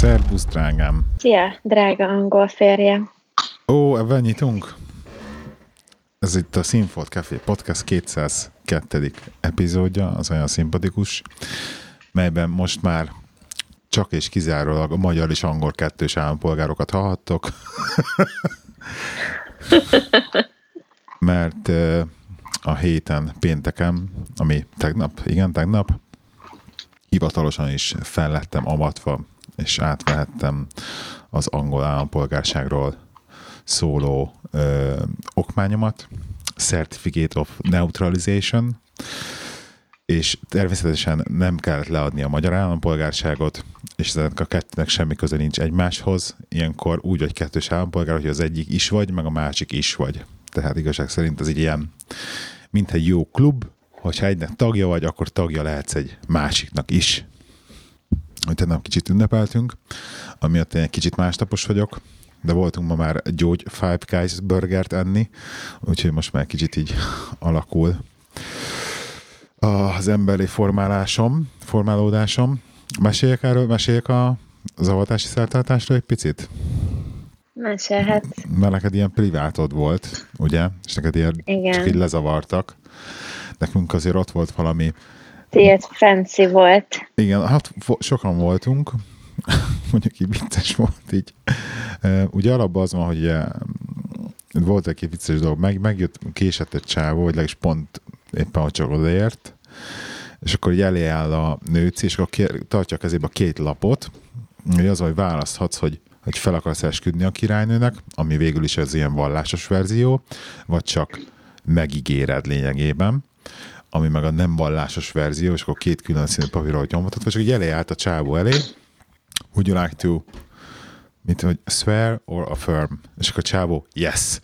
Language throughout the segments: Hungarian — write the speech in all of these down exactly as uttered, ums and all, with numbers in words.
Szerbusz, drágám! Szia, drága angol férjem! Ó, ebben nyitunk? Ez itt a Színfolt Café Podcast kétszázkettő. epizódja, az olyan szimpatikus, melyben most már csak és kizárólag a magyar és angol kettős állampolgárokat hallhattok. Mert a héten, pénteken, ami tegnap, igen, tegnap, hivatalosan is fel lettem avatva, és átvehettem az angol állampolgárságról szóló ö, okmányomat, Certificate of Neutralization, és természetesen nem kellett leadni a magyar állampolgárságot, és ennek a kettőnek semmi köze nincs egymáshoz. Ilyenkor úgy vagy kettős állampolgár, hogy az egyik is vagy, meg a másik is vagy. Tehát igazság szerint ez egy ilyen, mint egy jó klub, hogyha egynek tagja vagy, akkor tagja lehetsz egy másiknak is. Úgyhogy nem kicsit ünnepeltünk, amiatt én egy kicsit másnapos vagyok, de voltunk ma már gyógy Five Guys burgert enni, úgyhogy most már kicsit így alakul az emberi formálásom, formálódásom. Meséljek erről, meséljek a zavatási szertartásról egy picit? Mesélhet. Mert neked ilyen privátod volt, ugye? És neked ilyen Igen. Csak így lezavartak. Nekünk azért ott volt valami... Tiéd fancy volt. Igen, hát sokan voltunk, mondjuk így vicces volt így. Ugye alapban az van, hogy ugye, volt egy vicces dolog, meg, megjött, késett egy csávó, vagy legalábbis pont éppen, hogy csak odaért, és akkor így elé áll a nőci, és akkor kér, tartja a kezébe a két lapot, hogy az, hogy választhatsz, hogy, hogy fel akarsz esküdni a királynőnek, ami végül is ez ilyen vallásos verzió, vagy csak megígéred lényegében, ami meg a nem vallásos verzió, és akkor két külön színű papírra, hogy nyomhatod, és akkor így elé állt a csávó elé, would you like to mint hogy swear or affirm? És akkor a csávó, yes.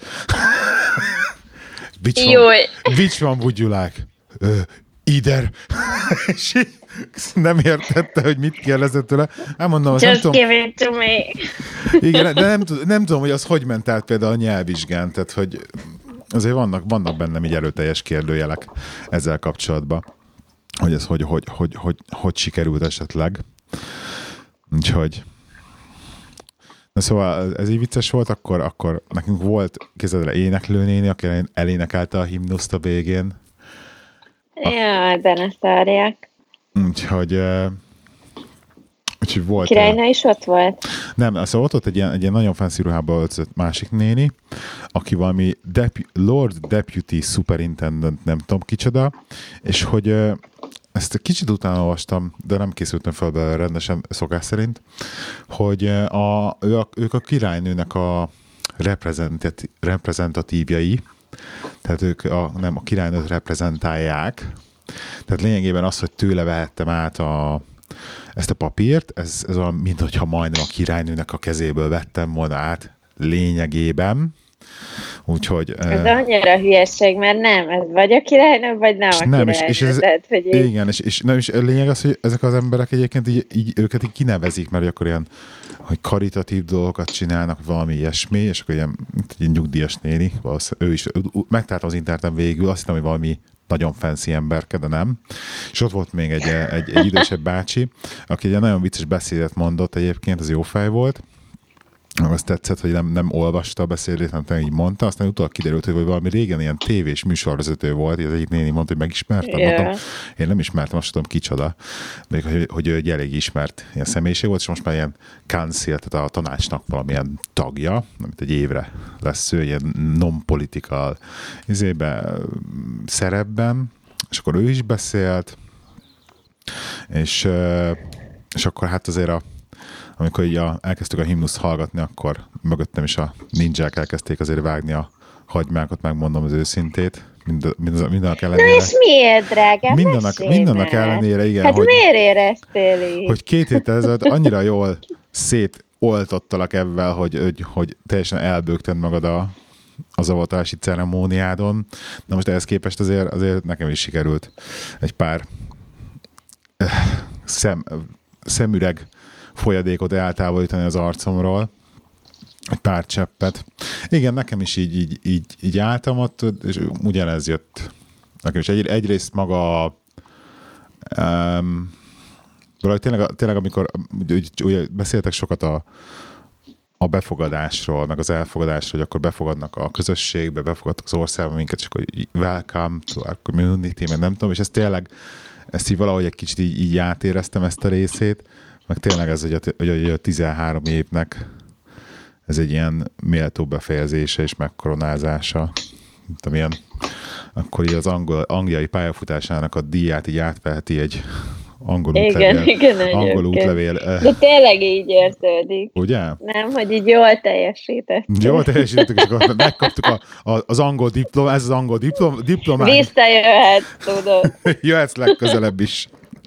which, one, which one would you like? Uh, either. És nem értette, hogy mit kérdezett tőle. Elmondom, azt Just nem give tudom, it to me. igen, de nem, nem tudom, hogy az hogy ment át például a nyelvvizsgán, tehát hogy azért vannak, vannak bennem így erőteljes kérdőjelek ezzel kapcsolatban, hogy ez hogy, hogy, hogy, hogy, hogy sikerült esetleg. Úgyhogy na szóval ez így vicces volt, akkor, akkor nekünk volt kézedre éneklőnéni, aki elénekelte a himnuszt a végén. Jaj, de ne szárják. Úgyhogy, úgyhogy volt... Királynő is ott volt? Nem, szóval ott, ott egy, ilyen, egy ilyen nagyon fancy ruhába öltözött másik néni, aki valami depu- Lord Deputy Superintendent, nem tudom kicsoda, és hogy ezt kicsit utána olvastam, de nem készültem fel belőle rendesen szokás szerint, hogy a, ő a, ők a királynőnek a reprezentati- reprezentatívjai, tehát ők a, nem a királynőt reprezentálják, tehát lényegében az, hogy tőle vehettem át a, ezt a papírt, ez, ez olyan, mint hogyha majdnem a királynőnek a kezéből vettem volna át lényegében. Úgyhogy... Ez uh, annyira hülyeség, mert nem, ez vagy a királynő, vagy nem a királynő. És, és ez, tehát, hogy így... Igen, és, és, nem, és a lényeg az, hogy ezek az emberek egyébként így, így, őket így kinevezik, mert akkor ilyen, hogy karitatív dolgokat csinálnak, valami ilyesmi, és akkor ilyen, egy nyugdíjas néni, ő is, megtaláltam az interneten végül, azt hittem, hogy valami nagyon fancy emberke, de nem. És ott volt még egy, egy, egy idősebb bácsi, aki egy nagyon vicces beszédet mondott egyébként, az jó fej volt. Azt tetszett, hogy nem, nem olvasta a beszédét, hanem így mondta, aztán utólag kiderült, hogy valami régen ilyen tévés műsorvezető volt, és az egyik néni mondta, hogy megismertem. Yeah. Mondtam, én nem ismertem, azt tudom kicsoda, még hogy, hogy ő egy elég ismert ilyen személyiség volt, és most már ilyen council, tehát a tanácsnak valamilyen tagja, amit egy évre lesz ő, ilyen non-political izébe, szerepben, és akkor ő is beszélt, és, és akkor hát azért a amikor így a, elkezdtük a himnuszt hallgatni, akkor mögöttem is a ninják elkezdték azért vágni a hagymákat, megmondom az őszintét. Mind, mind, mindennek ellenére. Na és miért, drágám? Mindennek, mindennek ellenére, igen. Hát hogy, miért éreztél így? Hogy két héttel ezelőtt annyira jól szétoltottalak ebben, hogy, hogy, hogy teljesen elbőgted magad a, az avatási ceremóniádon. Na most ehhez képest azért, azért nekem is sikerült egy pár szem, szemüreg folyadékot eltávolítani az arcomról, egy pár cseppet. Igen, nekem is így, így, így, így álltam ott, és ugyanez jött. Nekem is egy, egyrészt maga um, Valahogy tényleg, tényleg amikor ugye, beszéltek sokat a, a befogadásról, meg az elfogadásról, hogy akkor befogadnak a közösségbe, befogadnak az országba minket, és akkor welcome to our community, meg nem tudom, és ez tényleg, ezt így valahogy egy kicsit így, így átéreztem ezt a részét, meg tényleg ez hogy a, hogy a tizenhárom évnek ez egy ilyen méltó befejezése és megkoronázása. Nem ilyen, akkor így az angol, angliai pályafutásának a díját így átveheti egy angol igen, útlevél. Igen, angol útlevél. De tényleg így érződik. Ugye? Nem, hogy így jól teljesítettük. Jól teljesítettük, és akkor megkaptuk a, a, az angol diplom, ez az angol diplom, diplomát. Visszajöhetsz, tudod. Jöhetsz legközelebb is.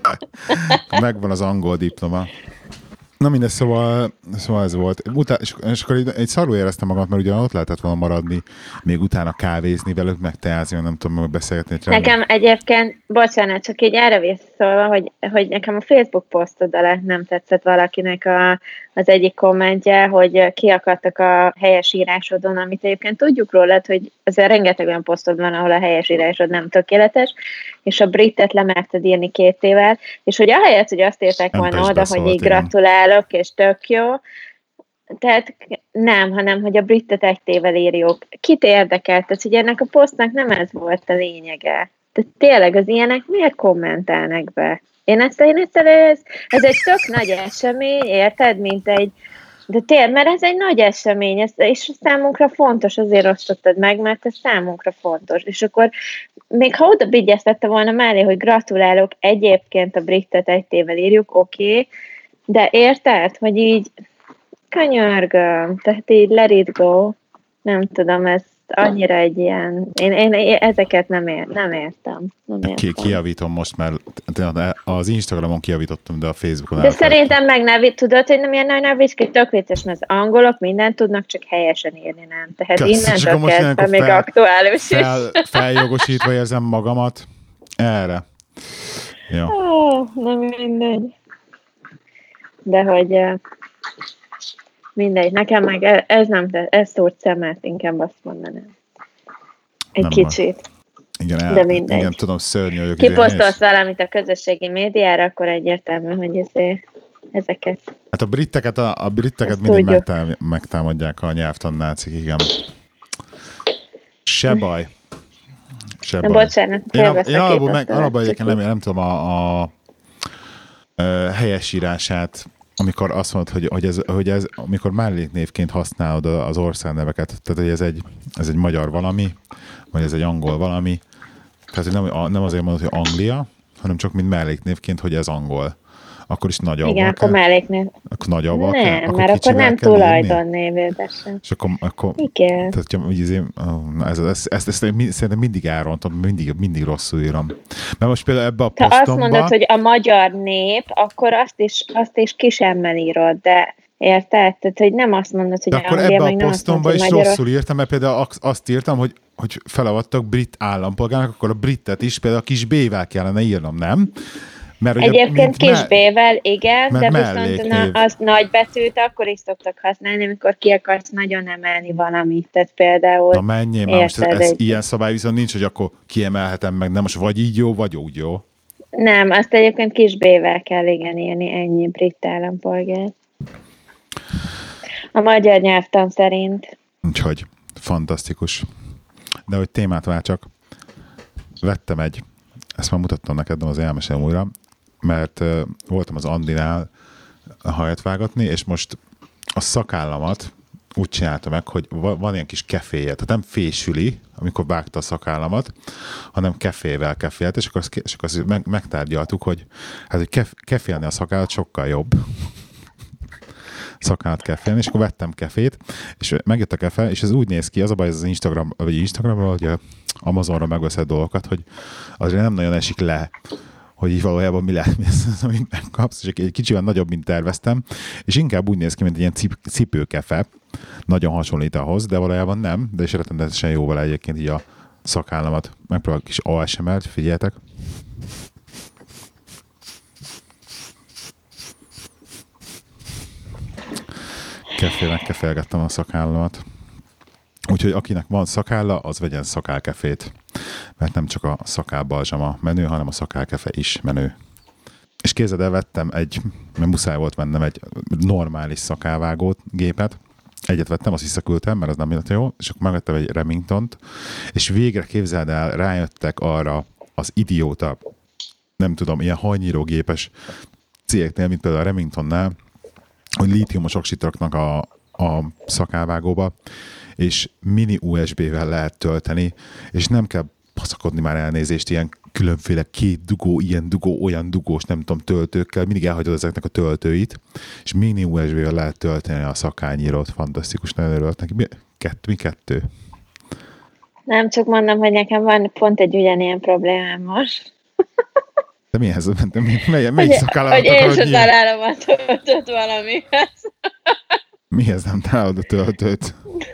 Megvan az angol diploma. Na mindegy, szóval, szóval ez volt. Utá- és, és akkor egy, egy szarul éreztem magamat, mert ugye ott lehetett volna maradni, még utána kávézni velük, meg teázni, nem tudom, meg beszélgetni. Nekem egyébként, bocsánat, csak így erre visszaszólva, hogy, hogy nekem a Facebook posztod alá nem tetszett valakinek a, az egyik kommentje, hogy kiakadtak a helyesírásodon, amit egyébként tudjuk rólad, hogy azért rengeteg olyan posztod van, ahol a helyesírásod nem tökéletes, és a britet lemerted írni két évvel, és hogy ahelyett, hogy azt írták volna oda, hogy így gratulálok, és tök jó, tehát nem, hanem, hogy a britet egy tével írjuk. Kit érdekelt? Tehát, hogy ennek a posztnak nem ez volt a lényege. Tehát tényleg az ilyenek miért kommentelnek be? Én ezt, én ezt ez, ez egy tök nagy esemény, érted, mint egy, de tényleg, mert ez egy nagy esemény, ez, és számunkra fontos, azért osztottad meg, mert ez számunkra fontos. És akkor még ha oda vigyáztatta volna mellé, hogy gratulálok, egyébként a britet egy tével írjuk, oké, okay, de érted, hogy így könyörgöm, tehát így let it go, nem tudom, ez annyira egy ilyen, én, én, én ezeket nem, ér, nem értem. Nem értem. Ki, kijavítom most, mert az Instagramon kijavítottam, de a Facebookon de elfelejtem. Szerintem meg ne, tudod, hogy nem ilyen nagy nevicski, tök vicces, mert az angolok mindent tudnak, csak helyesen írni, nem. Tehát innentől kezdve még fel, aktuális fel, is. Feljogosítva érzem magamat erre. Ja. Oh, nem mindegy. De hogy mindegy, nekem meg ez nem, ez szórt szemet, inkább azt mondanám. Egy nem kicsit. Igen, el, de mindegy. Igen, tudom, szörnyű vagyok. Kiposztolsz valamit a közösségi médiára, akkor egyértelmű, hogy ezért, ezeket. Hát a britteket, a, a britteket mindig megtám, megtámadják a nyelvtannácik, igen. Se baj. Se Na, baj. Bocsánat, én, a, én alapból, meg, alapból egyébként nem, nem tudom a, a, a helyesírását, amikor azt mondod, hogy, hogy, ez, hogy ez, amikor melléknévként használod az országneveket, tehát hogy ez egy, ez egy magyar valami, vagy ez egy angol valami, tehát nem, nem azért mondod, hogy Anglia, hanem csak mint melléknévként, hogy ez angol. Akkor is nagyobb. Igen, akkor melléknév. Akkor nagyobb. Nem, akkor mert akkor nem tulajdonnévében sem. És akkor, akkor igen. Tehát, hogy ez, ez, ez, ezt, ezt szerintem mindig elrontom, mindig, mindig rosszul írom. Mert most például ebbe a posztomba... Ha azt mondod, hogy a magyar nép, akkor azt is, azt is kisemmel írod, de érted? Tehát, hogy nem azt mondod, hogy de akkor Anglia, ebbe a posztomba is magyarok... rosszul írtam, mert például azt írtam, hogy, hogy felavattak brit állampolgárnak, akkor a britet is például a kis B-vel kellene írnom, nem? Mert egyébként kis me- B-vel, igen, de viszont na, az nagybetűt akkor is szoktak használni, amikor ki akarsz nagyon emelni valamit. Tehát például... Na menjél már, most ez, ez ilyen szabály viszont nincs, hogy akkor kiemelhetem meg, nem most vagy így jó, vagy úgy jó. Nem, azt egyébként kis B-vel kell igen írni, ennyi brit állampolgár. A magyar nyelvtan szerint. Úgyhogy fantasztikus. De hogy témát váltsak, vettem egy, ezt már mutattam neked, de az elmesem újra, mert uh, voltam az Andinál hajat vágatni, és most a szakállamat úgy csinálta meg, hogy van ilyen kis keféje, tehát nem fésüli, amikor vágta a szakállamat, hanem kefével kefélt, és akkor, azt, és akkor azt meg, megtárgyaltuk, hogy, hát, hogy kef, kefélni a szakállat sokkal jobb. Szakállat kefélni, és akkor vettem kefét, és megjött a kefe, és ez úgy néz ki, az a baj, ez az Instagram, vagy Instagramra, vagy Amazonra megveszed dolgokat, hogy azért nem nagyon esik le, hogy így valójában mi lesz, amit megkapsz, és egy kicsivel nagyobb, mint terveztem, és inkább úgy néz ki, mint egy ilyen cip- cipőkefe, nagyon hasonlít ahhoz, de valójában nem, de is rettenetesen jó vele egyébként így a szakállamat. Megpróbálok kis á es em er-t, figyeljetek. Kefének kefelgettem a szakállamat. Úgyhogy akinek van szakálla, az vegyen szakálkefét. Mert nem csak a szakálbalzsam a menő, hanem a szakálkefe is menő. és képzeld el, vettem egy, mert muszáj volt vennem egy normális szakávágót, gépet, egyet vettem, azt visszaküldtem, mert az nem jött jó, és akkor megvettem egy Remingtont, és végre képzeld el, rájöttek arra az idióta, nem tudom, ilyen hajnyírógépes cégeknél, mint például a Remingtonnál, hogy lítiumos oksit raknak a, a szakávágóba, és mini u es bé-vel lehet tölteni, és nem kell baszakodni már elnézést ilyen különféle két dugó, ilyen dugó, olyan dugós, nem tudom, töltőkkel, mindig elhagyod ezeknek a töltőit, és mini u es bé-vel lehet tölteni a szakányírót, fantasztikus, nagyon örülök neki. Mi kettő? Mi kettő? Nem, csak mondom, hogy nekem van pont egy ugyanilyen problémám most. De mihez? De mi, mely, melyik hogy, szakállatot hogy én akarod sem nyílni? találom a töltőt valamihez. Mihez nem találod a töltőt?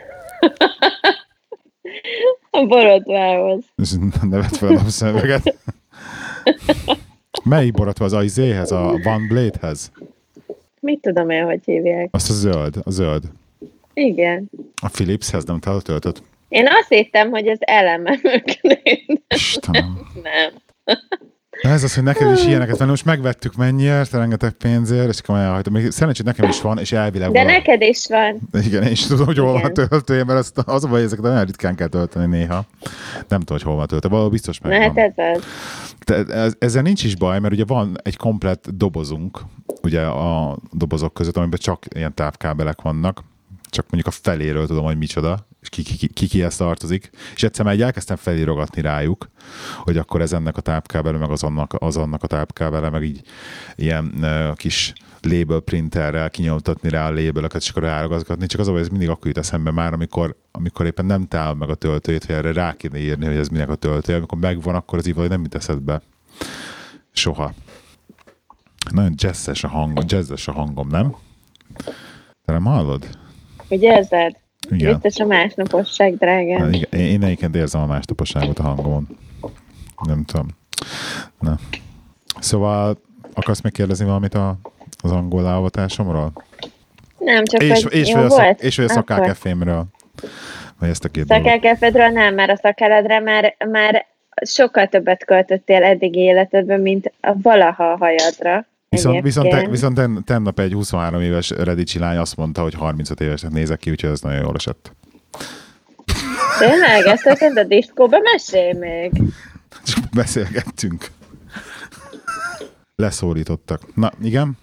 A borotvához. És ne vedd fel a napszemüveget. Melyik borotva az Aizéhez, a One Blade-hez? Mit tudom én, hogy hívják? Azt a zöld, a zöld. Igen. A Philipshez nem találod a töltőt? Én azt hittem, hogy az elememöknél. Istenem. Nem. Na ez az, hogy neked is ilyeneket venni. Most megvettük mennyiért, rengeteg pénzért, és akkor elhagytam. Még szerencsét nekem is van, és elvileg De vala... neked is van. Igen, én is tudom, hogy hol Igen. van a töltője, mert ezt, az a baj, ezeket olyan ritkán kell tölteni néha. Nem tudom, hogy hol van a töltő. Valahol biztos Na megvan. hát ez az. De ez, ezzel nincs is baj, mert ugye van egy komplett dobozunk, ugye a dobozok között, amiben csak ilyen távkábelek vannak, csak mondjuk a feléről tudom, hogy micsoda, és ki, ki, ki, ki ezt tartozik. És egyszer már így elkezdtem felírogatni rájuk, hogy akkor ez ennek a tápkábele, meg az annak, az annak a tápkábele, meg így ilyen uh, kis label printerrel kinyomtatni rá a labelöket, és akkor ráragatni. Csak az, hogy ez mindig akkor jut eszembe már, amikor, amikor éppen nem talál meg a töltőjét, hogy erre rá kéne írni, hogy ez minek a töltője. Amikor megvan, akkor az így valahogy nem jut eszedbe. Soha. Nagyon jazzes a hangom, jazzes a hangom, nem? Te nem hallod? Hogy érzed? Igen. Biztos a másnaposság, drágám. Na, igen. Én, én egyébként érzem a másnaposságot a hangomon. Nem tudom. Na. Szóval akarsz megkérdezni valamit a, az angol leavatásomról? Nem, csak És, hogy és, jó vagy a volt. szak, és vagy a szakákefémről. Vagy ezt a két dolgot. Szakákefedről nem, mert a szakáledre már, már sokkal többet költöttél eddig életedben, mint a valaha a hajadra. Viszont, viszont, te, Egyébként. viszont ten, tennap egy huszonhárom éves redicsi lány azt mondta, hogy harmincöt évesnek nézek ki, úgyhogy ez nagyon jól esett. Tényleg? Ezt történt a diszkóba? Mesélj még! Csak beszélgettünk. Leszólítottak. Na, igen?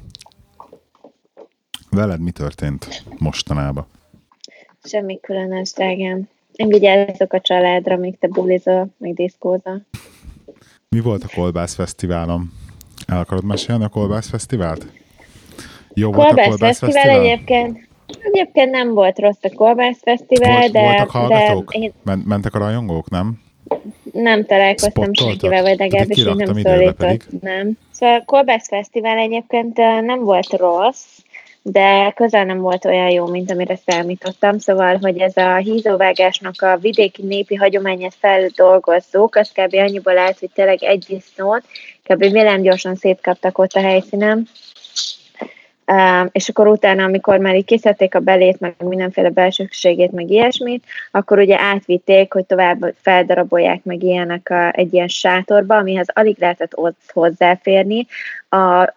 Veled mi történt mostanában? Semmi különös, drágám. Én vigyázzok a családra, míg te bulizol, még diszkózol. Mi volt a Kolbász Fesztiválon? El akarod mesélni a Kolbász Fesztivált? Jó volt a Kolbász Kolbász Fesztivál Fesztivál? egyébként, egyébként nem volt rossz a Kolbász Fesztivál, Volt, de, voltak hallgatók? de én Men- mentek a rajongók, nem? nem találkoztam Spottoltak? senkivel, vagy legalábbis Pedig így nem kiraktam időbe szólított. Nem. Szóval a Kolbász Fesztivál egyébként eh, nem volt rossz, de közel nem volt olyan jó, mint amire számítottam. Szóval, hogy ez a hízóvágásnak a vidéki népi hagyományát feldolgozzók, az kb. Annyiból állt, hogy tényleg egy disznót, kb. Villámgyorsan szétkaptak ott a helyszínen. Um, és akkor utána, amikor már így kiszedték a belét, meg mindenféle belsőségét, meg ilyesmit, akkor ugye átvitték, hogy tovább feldarabolják meg ilyenek a, egy ilyen sátorba, amihez alig lehetett ott hozzáférni. A,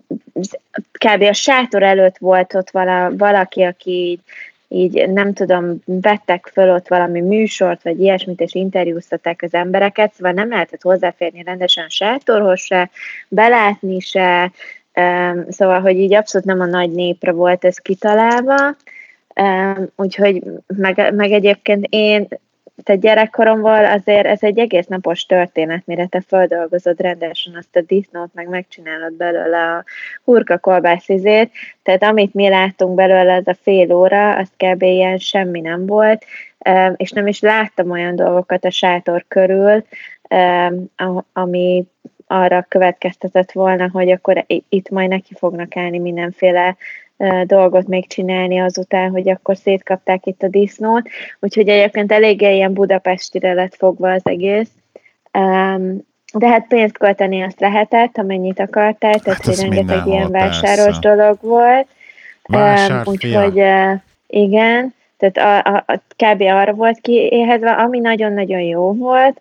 kb. A sátor előtt volt ott vala, valaki, aki így, így nem tudom, vettek föl ott valami műsort, vagy ilyesmit, és interjúztatták az embereket, szóval nem lehetett hozzáférni rendesen a sátorhoz se, belátni se. Um, szóval, hogy így abszolút nem a nagy népre volt ez kitalálva, um, úgyhogy meg, meg egyébként én, te gyerekkoromból azért ez egy egész napos történet, mire te feldolgozod rendesen azt a disznót, meg megcsinálod belőle a hurka kolbászizét, tehát amit mi láttunk belőle, az a fél óra, az kb. Ilyen semmi nem volt, um, és nem is láttam olyan dolgokat a sátor körül, um, ami arra következtetett volna, hogy akkor itt majd neki fognak állni mindenféle uh, dolgot még csinálni azután, hogy akkor szétkapták itt a disznót. Úgyhogy egyébként eléggé ilyen budapestire lett fogva az egész. Um, de hát pénzt költeni azt lehetett, amennyit akartál, tehát Hát hogy rengeteg ilyen persze. vásáros dolog volt. Um, úgyhogy uh, igen, tehát a, a, a, kb. Arra volt kiéhezve, ami nagyon-nagyon jó volt,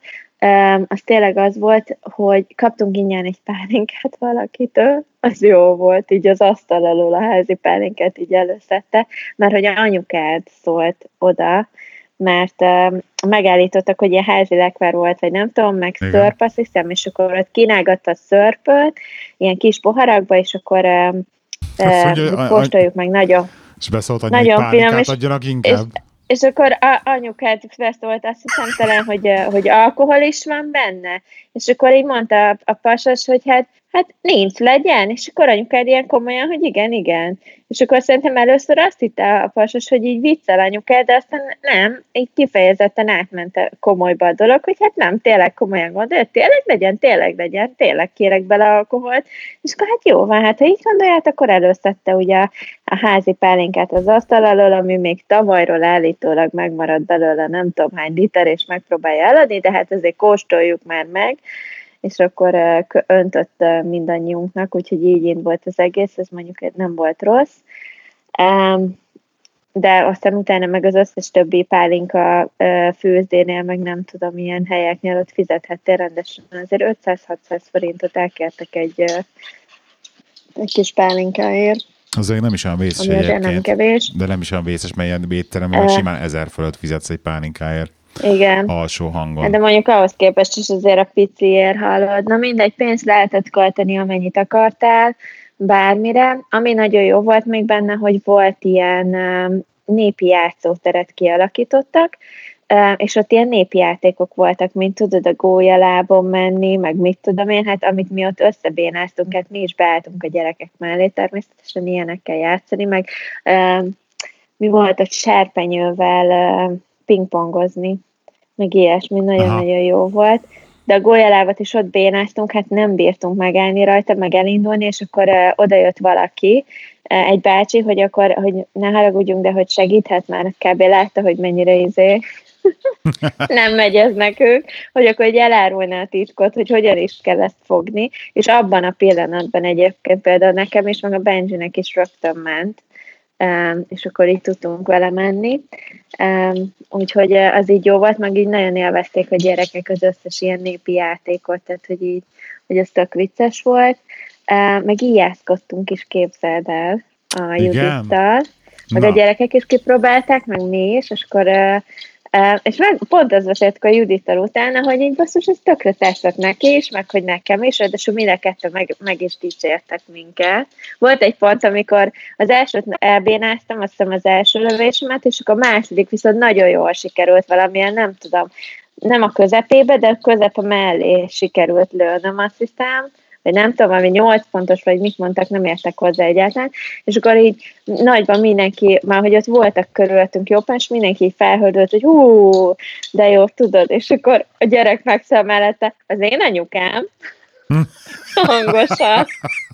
az tényleg az volt, hogy kaptunk ingyen egy pálinkát valakitől, az jó volt, így az asztal alól a házi pálinkát így előszedte, mert hogy anyukád szólt oda, mert uh, megállítottak, hogy ilyen házi lekvár volt, vagy nem tudom, meg igen. Szörp, azt hiszem, és akkor ott kínálgatta a szörpöt, ilyen kis poharakba, és akkor uh, uh, kóstoljuk meg nagyon. És beszólt annyi, hogy pálinkát adjanak inkább. És, és akkor a, anyukát beszólt, azt hiszem talán, hogy, hogy alkohol is van benne. És akkor így mondta a, a pasas, hogy hát, hát nincs, legyen. És akkor anyukád ilyen komolyan, hogy igen, igen. És akkor szerintem először azt hitte a pasas, hogy így viccel anyukád, de aztán nem, így kifejezetten átment a komolyba a dolog, hogy hát nem, tényleg komolyan gondolja, tényleg legyen, tényleg legyen, tényleg kérek bele alkoholt. És akkor hát jó van, hát ha így gondolját, akkor előszedte ugye a, a házi pálinkát az asztal alól, ami még tavalyról állítólag megmaradt belőle nem tudom hány liter, és megpróbálja eladni, de hát azért kóstoljuk már meg, és akkor öntött mindannyiunknak, úgyhogy így indult az egész, ez mondjuk nem volt rossz. De aztán utána meg az összes többi pálinka főzdénél, meg nem tudom, milyen helyeknél ott fizethettél rendesen. Azért ötszáz-hatszáz forintot elkértek egy, egy kis pálinkáért. Azért nem is olyan vészes egyébként, de nem is olyan vészes, mert ilyen étteremben simán ezer fölött fizetsz egy pálinkáért. Igen. Alsó hangon. De mondjuk ahhoz képest is azért a piciért hallod. Na mindegy, pénzt lehetett költeni, amennyit akartál, bármire. Ami nagyon jó volt még benne, hogy volt ilyen népi játszóteret kialakítottak, és ott ilyen népi játékok voltak, mint tudod, a gólyalábon menni, meg mit tudom én, hát amit mi ott összebénáztunk, hát mi is beálltunk a gyerekek mellé, természetesen ilyenekkel játszani, meg mi volt ott serpenyővel pingpongozni, meg ilyesmi, nagyon-nagyon jó volt. De a gólyalábat is ott bénáztunk, hát nem bírtunk megállni rajta, meg elindulni, és akkor uh, odajött valaki, uh, egy bácsi, hogy akkor, hogy ne haragudjunk, de hogy segíthet már, kb. Látta, hogy mennyire izé nem megy ez nekünk, hogy akkor hogy elárulná a titkot, hogy hogyan is kell ezt fogni, és abban a pillanatban egyébként például nekem is, meg a Benjinek is rögtön ment, Um, és akkor így tudtunk vele menni. Um, úgyhogy az így jó volt, meg így nagyon élvezték a gyerekek az összes ilyen népi játékot, tehát hogy így, hogy ez tök vicces volt. Uh, meg íjászkodtunk is, képzeld el a Judittal. Meg Na. a gyerekek is kipróbálták, meg mi is, és akkor uh, Uh, és meg pont az beszéltük a Judittal utána, hogy így basszus, ez tökre tetszett neki is, meg hogy nekem is, de so mind a kettő meg, meg is dicsértek minket. Volt egy pont, amikor az elsőt elbénáztam, azt hiszem az első lövésemet, és akkor a második viszont nagyon jól sikerült valamilyen, nem tudom, nem a közepébe, de a közepe mellé sikerült lőnöm, azt hiszem, vagy nem tudom, ami nyolc pontos, vagy mit mondtak, nem értek hozzá egyáltalán, és akkor így nagyban mindenki, már hogy ott voltak körülöttünk jobban, és mindenki így felhördült, hogy hú, de jó, tudod, és akkor a gyerek megszáll mellette, az én anyukám, hangosan.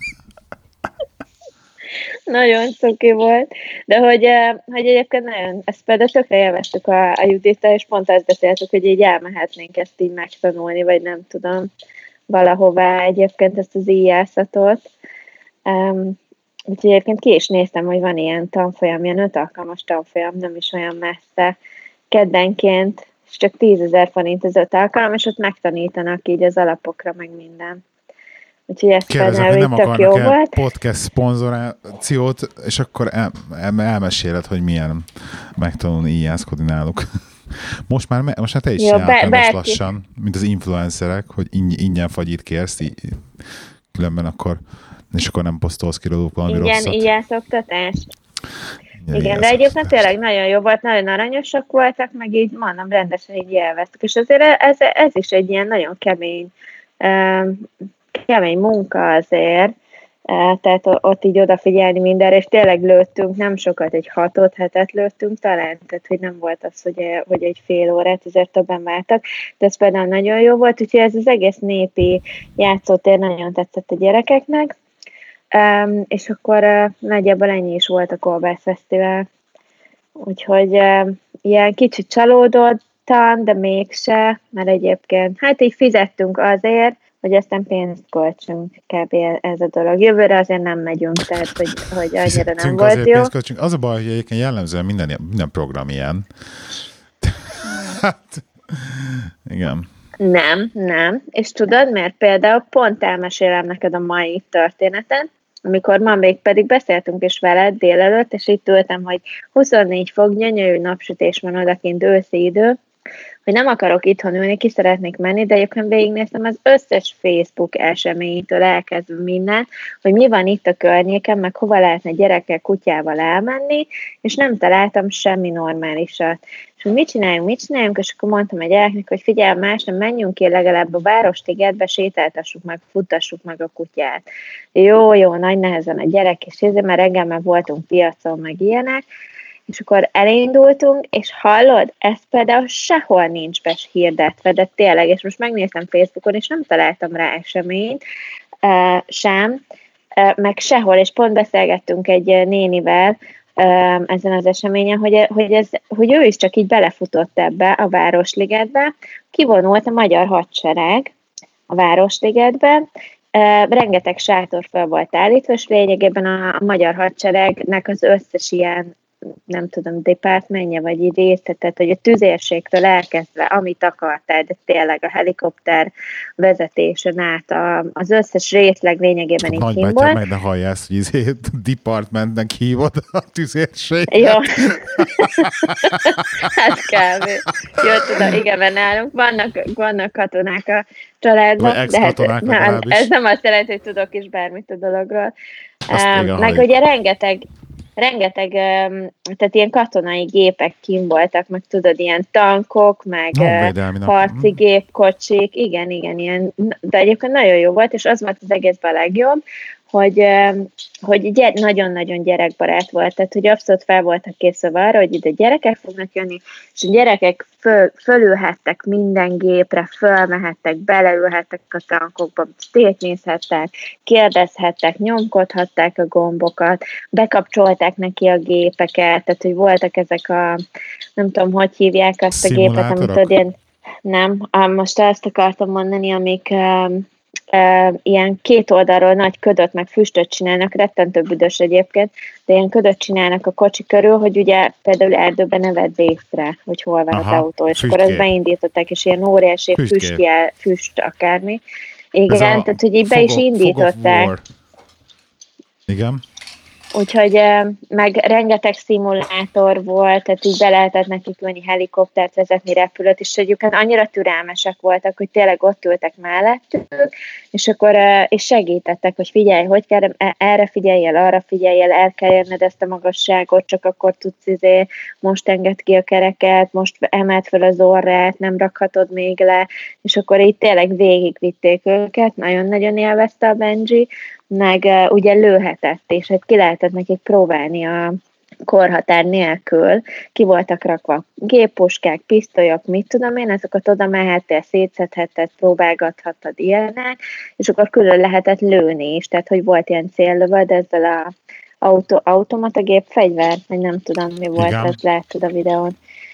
Nagyon cuki volt, de hogy, hogy egyébként nagyon, ezt például tökre élveztük a, a Judittal, és pont azt beszéltük, hogy így elmehetnénk ezt így megtanulni, vagy nem tudom, valahová egyébként ezt az íjászatot. Um, úgyhogy egyébként ki is néztem, hogy van ilyen tanfolyam, ilyen öt alkalmas tanfolyam, nem is olyan messze, keddenként, és csak tízezer forint az öt alkalom, és ott megtanítanak így az alapokra, meg minden. Úgyhogy ezt például így tök jó volt. Podcast szponzorációt, és akkor el, el, elmeséled, hogy milyen megtanulni íjászkodni náluk. Most már, most már te is csináltál most lassan, mint az influencerek, hogy ingyen fagyit kérsz, így, különben akkor, és akkor nem posztolsz ki róluk valami igen, rosszat. Igen, ilyen szoktatást. Igen, igen, de egyébként tényleg nagyon jó volt, nagyon aranyosak voltak, meg így mondom, rendesen így élveztük. És azért ez, ez is egy ilyen nagyon kemény, kemény munka azért, tehát ott így odafigyelni mindenre, és tényleg lőttünk, nem sokat, egy hatot, hetet lőttünk talán, tehát hogy nem volt az, hogy, hogy egy fél órát, azért többen vártak, de ez például nagyon jó volt, úgyhogy ez az egész népi játszótér nagyon tetszett a gyerekeknek, um, és akkor uh, nagyjából ennyi is volt a Kolbász Fesztivál, úgyhogy uh, ilyen kicsit csalódottan, de mégse, mert egyébként, hát így fizettünk azért, hogy aztán pénzt költsünk, kb. Ez a dolog. Jövőre azért nem megyünk, tehát hogy, hogy annyira nem volt jó. Az a baj, hogy egyébként jellemzően minden, minden program ilyen. Hát, igen. Nem, nem. És tudod, mert például pont elmesélem neked a mai történetet, amikor ma még pedig beszéltünk is veled délelőtt, és itt ültem, hogy huszonnégy fok, gyönyörű napsütés van odakint, őszi idő, hogy nem akarok itthon ülni, ki szeretnék menni, de egyébként végignéztem az összes Facebook eseménytől elkezdve minden, hogy mi van itt a környéken, meg hova lehetne gyerekkel, kutyával elmenni, és nem találtam semmi normálisat. És hogy mit csináljunk, mit csináljunk, és akkor mondtam a gyereknek, hogy figyelj, más nem, menjünk ki legalább a Városligetbe, sétáltassuk meg, futtassuk meg a kutyát. Jó, jó, nagy nehezen a gyerek, és ezért már reggel meg voltunk piacon, meg ilyenek, és akkor elindultunk, és hallod, ez például sehol nincs hirdetve, de tényleg, és most megnéztem Facebookon, és nem találtam rá eseményt uh, sem, uh, meg sehol, és pont beszélgettünk egy nénivel uh, ezen az eseményen, hogy, hogy, ez, hogy ő is csak így belefutott ebbe a Városligetbe, kivonult a magyar hadsereg a Városligetbe, uh, rengeteg sátor fel volt állítva, és lényegében a, a magyar hadseregnek az összes ilyen nem tudom, departmentje, vagy így része, tehát hogy a tüzérségtől elkezdve, amit akartál, de tényleg a helikopter vezetésen át a, az összes részleg lényegében így kim volt. Meg ne halljál ezt, hogy izé departmentnek hívod a tüzérséget. Jó. Hát kb. Jó, tudom, igen, mert nálunk vannak, vannak katonák a családban, de hát nem, ez nem azt jelenti, hogy tudok is bármit a dologról. Um, meg ugye rengeteg rengeteg, tehát ilyen katonai gépek kim voltak, meg tudod, ilyen tankok, meg no, harci gépkocsik, igen, igen, ilyen, de egyébként nagyon jó volt, és az volt az egészben a legjobb, hogy, hogy gyere, nagyon-nagyon gyerekbarát volt, tehát hogy abszolút fel voltak készülve arra, hogy ide gyerekek fognak jönni, és a gyerekek föl, fölülhettek minden gépre, fölmehettek, beleülhettek a tankokba, szétnézhettek, kérdezhettek, nyomkodhatták a gombokat, bekapcsolták neki a gépeket, tehát hogy voltak ezek a, nem tudom, hogy hívják azt a gépet, amit tudod, ilyen, nem, most azt akartam mondani, amik Uh, ilyen két oldalról nagy ködöt, meg füstöt csinálnak, rettentő büdös egyébként, de ilyen ködöt csinálnak a kocsi körül, hogy ugye például erdőben ne vedd észre, hogy hol van Aha, az autó, és füstgép. Akkor ezt beindították, és ilyen óriási füst, füst akármi. Igen, tehát hogy így be is indították. Igen. Úgyhogy meg rengeteg szimulátor volt, tehát így be lehetett nekik ülni, helikoptert vezetni, repülőt, és egyébként annyira türelmesek voltak, hogy tényleg ott ültek mellettük, és akkor és segítettek, hogy figyelj, hogy kell, erre figyelj el, arra figyelj el, el kell érned ezt a magasságot, csak akkor tudsz izé, most enged ki a kereket, most emeld fel az orrát, nem rakhatod még le, és akkor így tényleg végigvitték őket, nagyon-nagyon élvezte a Benji, meg uh, ugye lőhetett, és hát ki lehetett nekik próbálni a korhatár nélkül, ki voltak rakva géppuskák, pisztolyok, mit tudom én, azokat oda mehettél, szétszedhetted, próbálgathattad ilyenek, és akkor külön lehetett lőni is, tehát hogy volt ilyen céllövöd ezzel a auto, automatagép fegyver, vagy nem tudom mi volt, Igen. ezt láttad a videón.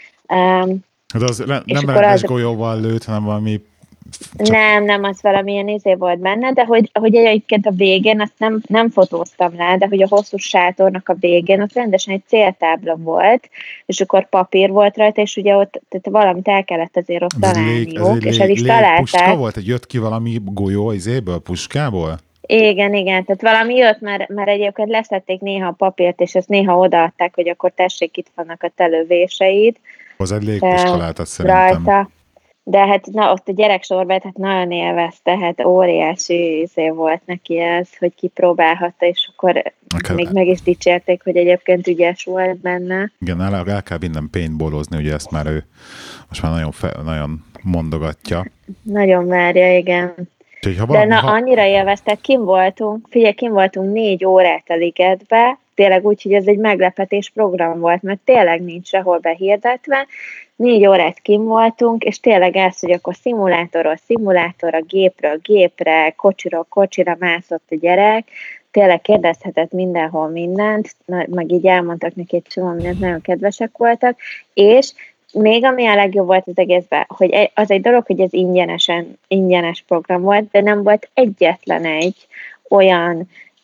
Um, de az le, nem rendes az... golyóval lőtt, hanem valami Csak... Nem, nem, az valamilyen izé volt benne, de hogy, hogy egyébként a végén, azt nem, nem fotóztam rá, de hogy a hosszú sátornak a végén ott rendesen egy céltábla volt, és akkor papír volt rajta, és ugye ott tehát valamit el kellett azért ott találniuk, és el is találták. Puska volt, hogy jött ki valami golyó izéből, puskából? Igen, igen, tehát valami jött, mert, mert egyébként leszették néha a papírt, és ezt néha odaadták, hogy akkor tessék, itt vannak a telővéseid. Az egy légpuska lehetett szerintem. Rajta. De hát na, ott a gyereksorban hát nagyon élvezte, hát óriási izé volt neki ez, hogy kipróbálhatta, és akkor okay. még meg is dicsérték, hogy egyébként ügyes volt benne. Igen, el, el kell minden paintballozni, ugye ezt már ő most már nagyon, fe, nagyon mondogatja. Nagyon várja, igen. Úgyhogy, ha valami, De na, ha... annyira élveztek, kim voltunk, figyelj, kim voltunk négy órát a ligetbe, tényleg úgy, hogy ez egy meglepetés program volt, mert tényleg nincs sehol behirdetve, négy órát kim voltunk, és tényleg ez, hogy akkor szimulátorról szimulátorra, gépről gépre, kocsiról kocsira mászott a gyerek, tényleg kérdezhetett mindenhol mindent, meg így elmondtak neki egy csomó mindent, nagyon kedvesek voltak, és még ami a legjobb volt az egészben, hogy az egy dolog, hogy ez ingyenesen, ingyenes program volt, de nem volt egyetlen egy olyan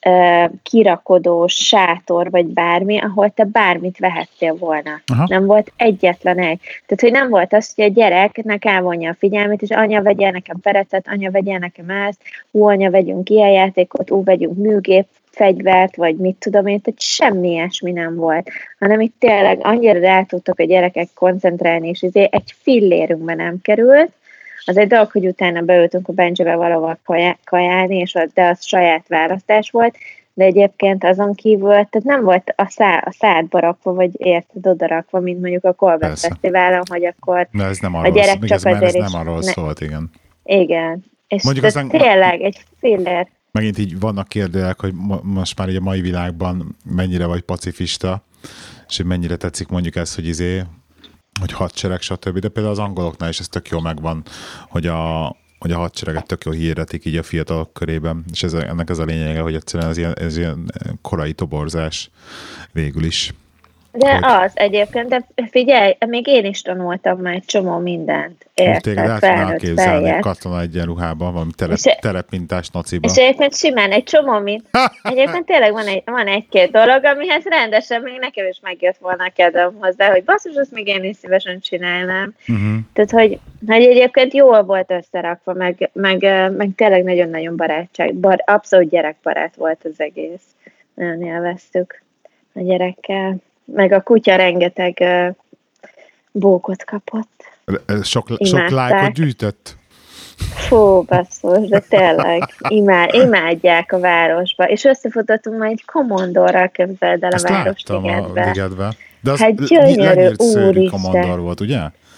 kirakodós sátor, vagy bármi, ahol te bármit vehettél volna. Aha. Nem volt egyetlen egy. Tehát, hogy nem volt az, hogy a gyereknek elvonja a figyelmét, és anya vegyél nekem perecet, anya vegyél nekem ezt, ú, anya vegyünk ilyen játékot, ú, vegyünk műgép, fegyvert, vagy mit tudom én, tehát semmi ilyesmi nem volt, hanem itt tényleg annyira rá tudtak a gyerekek koncentrálni, és ezért egy fillérünkbe nem került. Az egy dolog, hogy utána beültünk a Benjivel valahol kajálni, és az, de az saját választás volt, de egyébként azon kívül, tehát nem volt a, szá, a szádba rakva, vagy érted odarakva, mint mondjuk a Kolbett Fesztiválon, hogy akkor de ez nem a gyerek arról, csak igaz, azért ez is... nem arról ne, szólt, igen. Igen. És mondjuk aztán, tényleg egy fillér. Megint így vannak kérdőjelek, hogy most már így a mai világban mennyire vagy pacifista, és hogy mennyire tetszik mondjuk ez, hogy izé, hogy hadsereg, stb. De például az angoloknál is ez tök jó megvan, hogy a, hogy a hadsereget tök jó hirdetik így a fiatalok körében, és ez, ennek ez a lényege, hogy egyszerűen ez ilyen, ez ilyen korai toborzás végül is. De hogy... az egyébként, de figyelj, még én is tanultam már egy csomó mindent. Érted, téged el tudnál képzelni katona egyenruhában, valami telep, telepmintás naciba. És egyébként simán egy csomó mint. Egyébként tényleg van, egy, van egy-két dolog, amihez rendesen még nekem is megjött volna a kedvem hozzá, hogy basszus, azt még én is szívesen csinálnám. Uh-huh. Tehát, hogy, hogy egyébként jól volt összerakva, meg, meg, meg tényleg nagyon-nagyon barátság, bar, abszolút gyerekbarát volt az egész. Nagyon élveztük a gyerekkel. Meg a kutya rengeteg uh, bókot kapott. Sok, sok lájkot gyűjtött? Fú, basszus, de tényleg imád, imádják a városba. És összefutottunk majd egy komondorral, képzeld el a Városligetbe. De az hát gyönyörű, úristen. Komondor volt, ugye?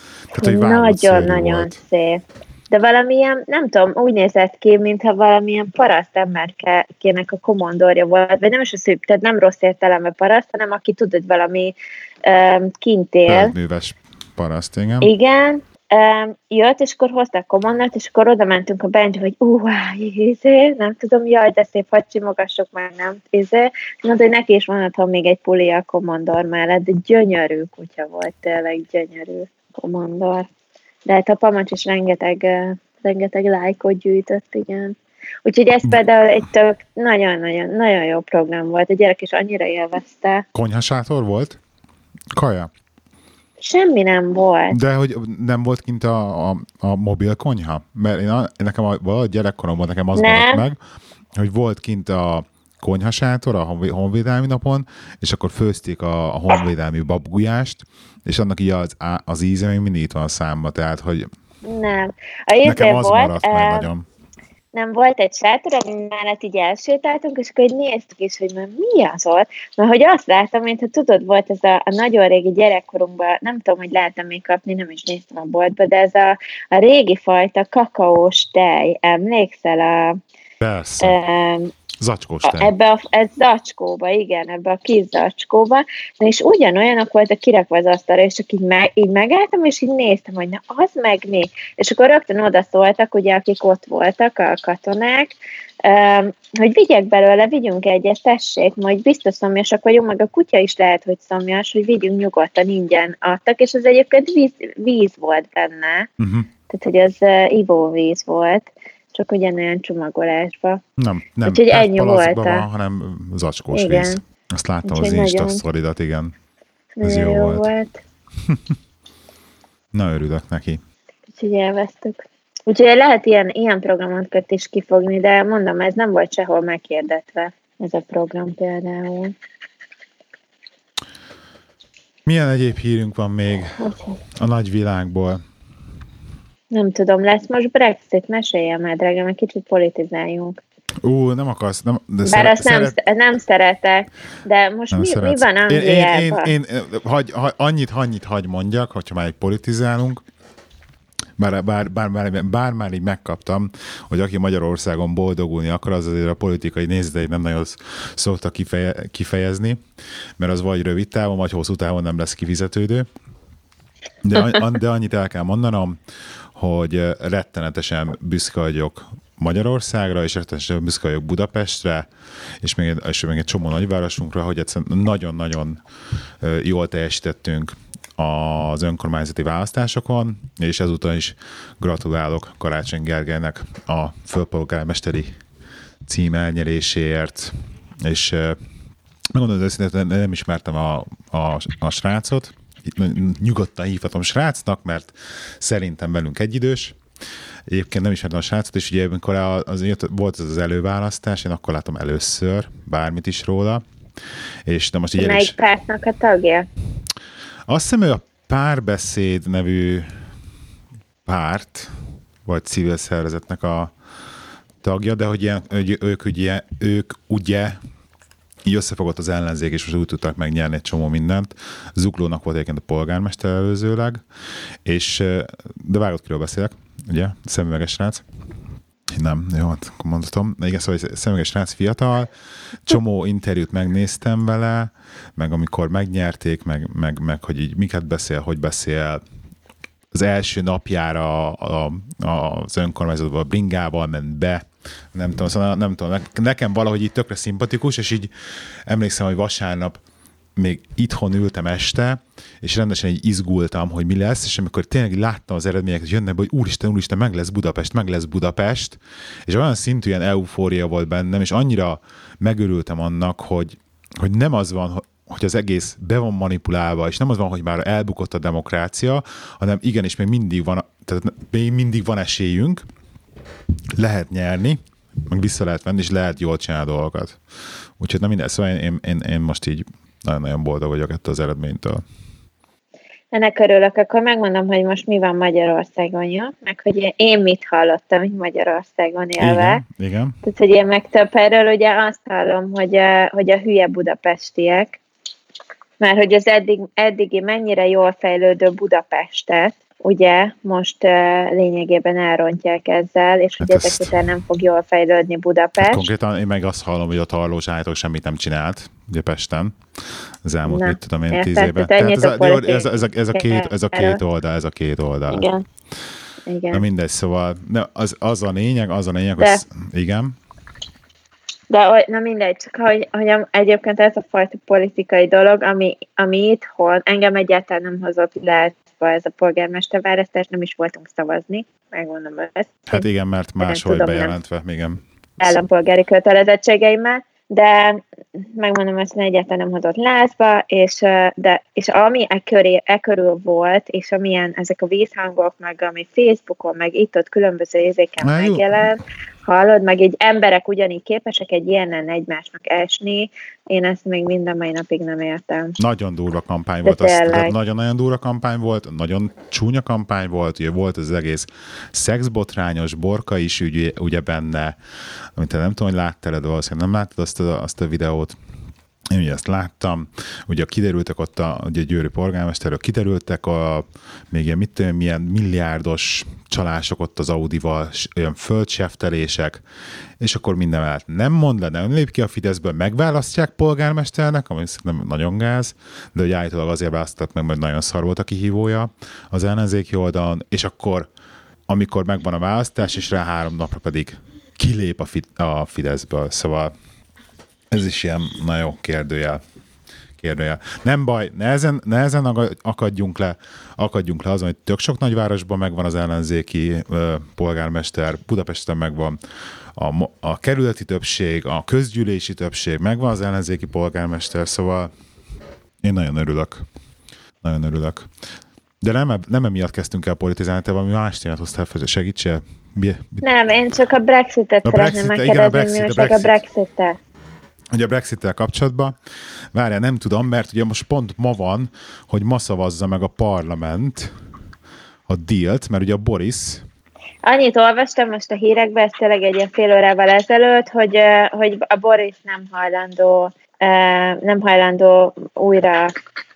Nagyon-nagyon szép. De valamilyen, nem tudom, úgy nézett ki, mintha valamilyen paraszt emberkének a komondorja volt, vagy nem is a szűk, tehát nem rossz értelemben paraszt, hanem aki tudod, valami um, kint él. Műves paraszt, igen. Igen, um, jött, és akkor hozták komondort, és akkor oda mentünk a Benji, hogy ú, izé, nem tudom, jaj, de szép, hadd simogassuk már, nem, izé. Mondta, hogy neki is van otthon még egy puli a komondor mellett, de gyönyörű kutya volt, tényleg gyönyörű komondor. De hát a Pamacs is rengeteg, rengeteg lájkot gyűjtött, igen. Úgyhogy ez például egy tök nagyon-nagyon nagyon jó program volt. A gyerek is annyira élvezte. Konyhasátor volt? Kaja? Semmi nem volt. De hogy nem volt kint a, a, a mobil konyha? Mert én a, nekem a, valahogy gyerekkoromban nekem az maradt meg, hogy volt kint a konyhasátor a honvédelmi napon, és akkor főzték a, a honvédelmi babgulyást, és annak így az, az íze még mindig itt van a számba, tehát, hogy nem. A nekem az volt, maradt meg nagyon. Nem volt egy sátor, ami mellett így elsétáltunk, és akkor így néztük is, hogy már mi az ott. Mert hogy azt láttam, mintha tudod, volt ez a, a nagyon régi gyerekkorunkban, nem tudom, hogy lehetem még kapni, nem is néztem a boltba, de ez a, a régi fajta kakaós tej, emlékszel a... Persze. Um, Zacskós tej. Ebbe a, ez zacskóba, igen, ebbe a kis zacskóba, na és ugyanolyanok voltak kirakva az asztalra, és csak így, me, így megálltam, és így néztem, hogy na az meg mi. És akkor rögtön odaszóltak, ugye, akik ott voltak, a katonák, um, hogy vigyek belőle, vigyünk egyet, tessék, majd biztos szomjasak vagyunk, meg a kutya is lehet, hogy szomjas, hogy vigyünk nyugodtan, ingyen adtak, és az egyébként víz, víz volt benne, uh-huh. tehát hogy az uh, ivóvíz volt, csak ugyanolyan csomagolásba. Nem, nem úgyhogy ennyi volt. Van, hanem zacskós igen. Víz. Azt láttam úgyhogy az Insta sztoridat, igen. Ez jó, jó volt. volt. Na, örülök neki. Úgyhogy elvesztük. Úgyhogy lehet ilyen, ilyen programokat is kifogni, de mondom, ez nem volt sehol meghirdetve, ez a program például. Milyen egyéb hírünk van még úgyhogy. A nagyvilágból? Nem tudom, lesz most Brexit, meséljen már, drágám, egy kicsit politizáljunk. Ú, nem akarsz, nem, de Bár szeret, azt nem, szeret... nem szeretek, de most mi, mi van Angliában? Én, én, én, én hagy, hagy, annyit, annyit hagy mondjak, hogyha már egy politizálunk, bár, bár, bár, bár, bár már így megkaptam, hogy aki Magyarországon boldogulni akar, az azért a politikai nézeteit nem nagyon szokta kifeje, kifejezni, mert az vagy rövid távon, vagy hosszú távon nem lesz kifizetődő. De, de annyit el kell mondanom, hogy rettenetesen büszke vagyok Magyarországra, és rettenetesen büszke vagyok Budapestre, és még, és még egy csomó nagyvárosunkra, hogy egyszerűen nagyon-nagyon jól teljesítettünk az önkormányzati választásokon, és ezúttal is gratulálok Karácsony Gergelynek a főpolgármesteri cím elnyeréséért. és megmondom, hogy őszintén nem ismertem a, a, a srácot, nyugodtan hívhatom srácnak, mert szerintem velünk egyidős. Egyébként nem ismertem a srácot, és ugye amikor az, volt ez az előválasztás, én akkor látom először bármit is róla. És de most így Melyik is... pártnak a tagja? Azt hiszem, ő a Párbeszéd nevű párt, vagy civil szervezetnek a tagja, de hogy, ilyen, hogy ők, ugye, ők ugye így összefogott az ellenzék, és most úgy tudtak megnyerni egy csomó mindent. Zuglónak volt egyébként a polgármester előzőleg, és, de vágott, kiről beszélek, ugye, szemüveges srác. Nem, jó, hát akkor mondhatom. Igen, szóval szemüveges srác fiatal, csomó interjút megnéztem vele, meg amikor megnyerték, meg, meg, meg hogy így miket beszél, hogy beszél. Az első napjára a, a, az önkormányzatban a bringával ment be, nem tudom, szóval nem tudom, nekem valahogy így tökre szimpatikus, és így emlékszem, hogy vasárnap még itthon ültem este, és rendesen így izgultam, hogy mi lesz, és amikor tényleg láttam az eredményeket, hogy jönnek be, hogy úristen, úristen, meg lesz Budapest, meg lesz Budapest, és olyan szintű ilyen eufória volt bennem, és annyira megörültem annak, hogy, hogy nem az van, hogy az egész be van manipulálva, és nem az van, hogy már elbukott a demokrácia, hanem igenis még mindig van, tehát még mindig van esélyünk, lehet nyerni, meg vissza lehet venni, és lehet jól csinálni dolgokat. Úgyhogy nem minden, szóval én, én, én most így nagyon-nagyon boldog vagyok ettől az eredménytől. Ennek örülök, akkor megmondom, hogy most mi van Magyarországon, jó? Meg hogy én mit hallottam itt Magyarországon élve. Igen, igen. Tehát, hogy én meg több erről ugye azt hallom, hogy a, hogy a hülye budapestiek, mert hogy az eddig, eddigi mennyire jól fejlődő Budapestet, ugye most uh, lényegében elrontják ezzel, és hát hogy ezek ezt... után nem fog jól fejlődni Budapest. Hát konkrétan én meg azt hallom, hogy a Tarlós Állatok semmit nem csinált, ugye Pesten, az elmúlt, Na, mit tudom én, tíz évben. Tehát ez a, ez, a, ez, a, ez, a két, ez a két oldal, ez a két oldal. Igen. Igen. Na mindegy, szóval az, az a lényeg, az a lényeg, De... hogy igen. De na mindegy, csak hogy, hogy egyébként ez a fajta politikai dolog, ami, ami itthon engem egyáltalán nem hozott le ez a polgármesterválasztás, nem is voltunk szavazni, megmondom ezt. Hát igen, mert máshogy bejelentve, igen. Állampolgári kötelezettségeimmel, de megmondom ezt, hogy egyáltalán nem hozott lázba, és, de, és ami e, köré, e körül volt, és amilyen ezek a vízhangok, meg ami Facebookon, meg itt-ott különböző érzéken megjelent, hallod, meg így emberek ugyanígy képesek egy ilyenen egymásnak esni, én ezt még minden mai napig nem értem. Nagyon durva kampány volt, azt, nagyon-nagyon durva kampány volt, nagyon csúnya kampány volt, ugye volt az egész szexbotrányos, Borka is ugye, ugye benne, amit te nem tudom, hogy láttál, de valószínűleg nem láttad azt a, azt a videót. Én ugye ezt láttam, ugye kiderültek ott a, ugye a győri polgármesterről, kiderültek a még ilyen, mit tudom, milyen milliárdos csalások ott az Audival, olyan földseftelések, és akkor minden mellett nem mond le, nem lép ki a Fideszből, megválasztják polgármesternek, ami szerintem nagyon gáz, de hogy állítólag azért választottak meg, mert nagyon szar volt a kihívója az ellenzéki oldalon, és akkor, amikor megvan a választás, és rá három napra pedig kilép a, Fi- a Fideszből, szóval ez is ilyen nagyon kérdőjel. kérdőjel. Nem baj, nehezen, nehezen akadjunk le, akadjunk le azon, hogy tök sok nagyvárosban megvan az ellenzéki ö, polgármester, Budapesten megvan a, a kerületi többség, a közgyűlési többség, megvan az ellenzéki polgármester, szóval én nagyon örülök. Nagyon örülök. De nem, nem emiatt kezdtünk el politizálni, te valami más témát hoztál fel, segítsél? Mi, mi? Nem, én csak a Brexitet a szeretném Brexit, megkérdezni, Brexit, mi a most Brexit. a Brexit-tel. Ugye a Brexit-tel kapcsolatban, várjál, nem tudom, mert ugye most pont ma van, hogy ma szavazza meg a parlament a dealt, mert ugye a Boris... Annyit olvastam most a hírekben, ez tényleg egy ilyen fél órával ezelőtt, hogy, hogy a Boris nem hajlandó, nem hajlandó újra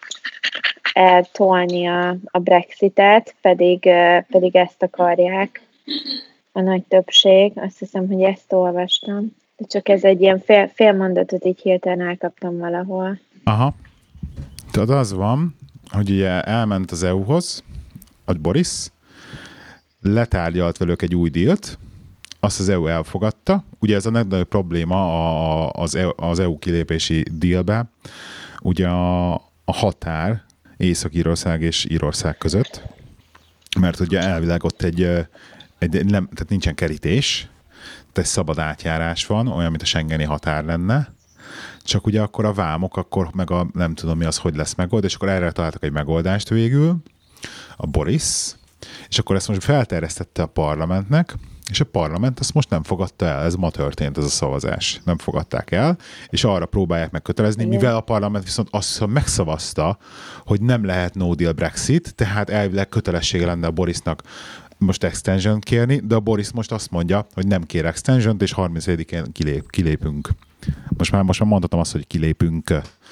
eltolni a, a Brexitet, pedig, pedig ezt akarják a nagy többség. Azt hiszem, hogy ezt olvastam. De csak ez egy ilyen fél, fél mondatot így hirtelen elkaptam valahol. Aha. Tehát az van, hogy ugye elment az é u-hoz, a Boris, letárgyalt velük egy új dílt, azt az é u elfogadta. Ugye ez a legnagyobb probléma az é u kilépési dílbe, ugye a, a határ Észak-Írország és Írország között, mert ugye elvileg ott egy, egy nem, tehát nincsen kerítés, egy szabad átjárás van, olyan, mint a schengeni határ lenne, csak ugye akkor a vámok, akkor meg a nem tudom mi az, hogy lesz megold, és akkor erre találtak egy megoldást végül, a Boris, és akkor ezt most felterjesztette a parlamentnek, és a parlament ezt most nem fogadta el, ez ma történt ez a szavazás, nem fogadták el, és arra próbálják megkötelezni, igen. Mivel a parlament viszont azt megszavazta, hogy nem lehet no deal Brexit, tehát elvileg kötelessége lenne a Borisnak most extension kérni, de a Boris most azt mondja, hogy nem kér extension-t, és harmincadikén kilép, kilépünk. Most már, most már mondhatom azt, hogy kilépünk.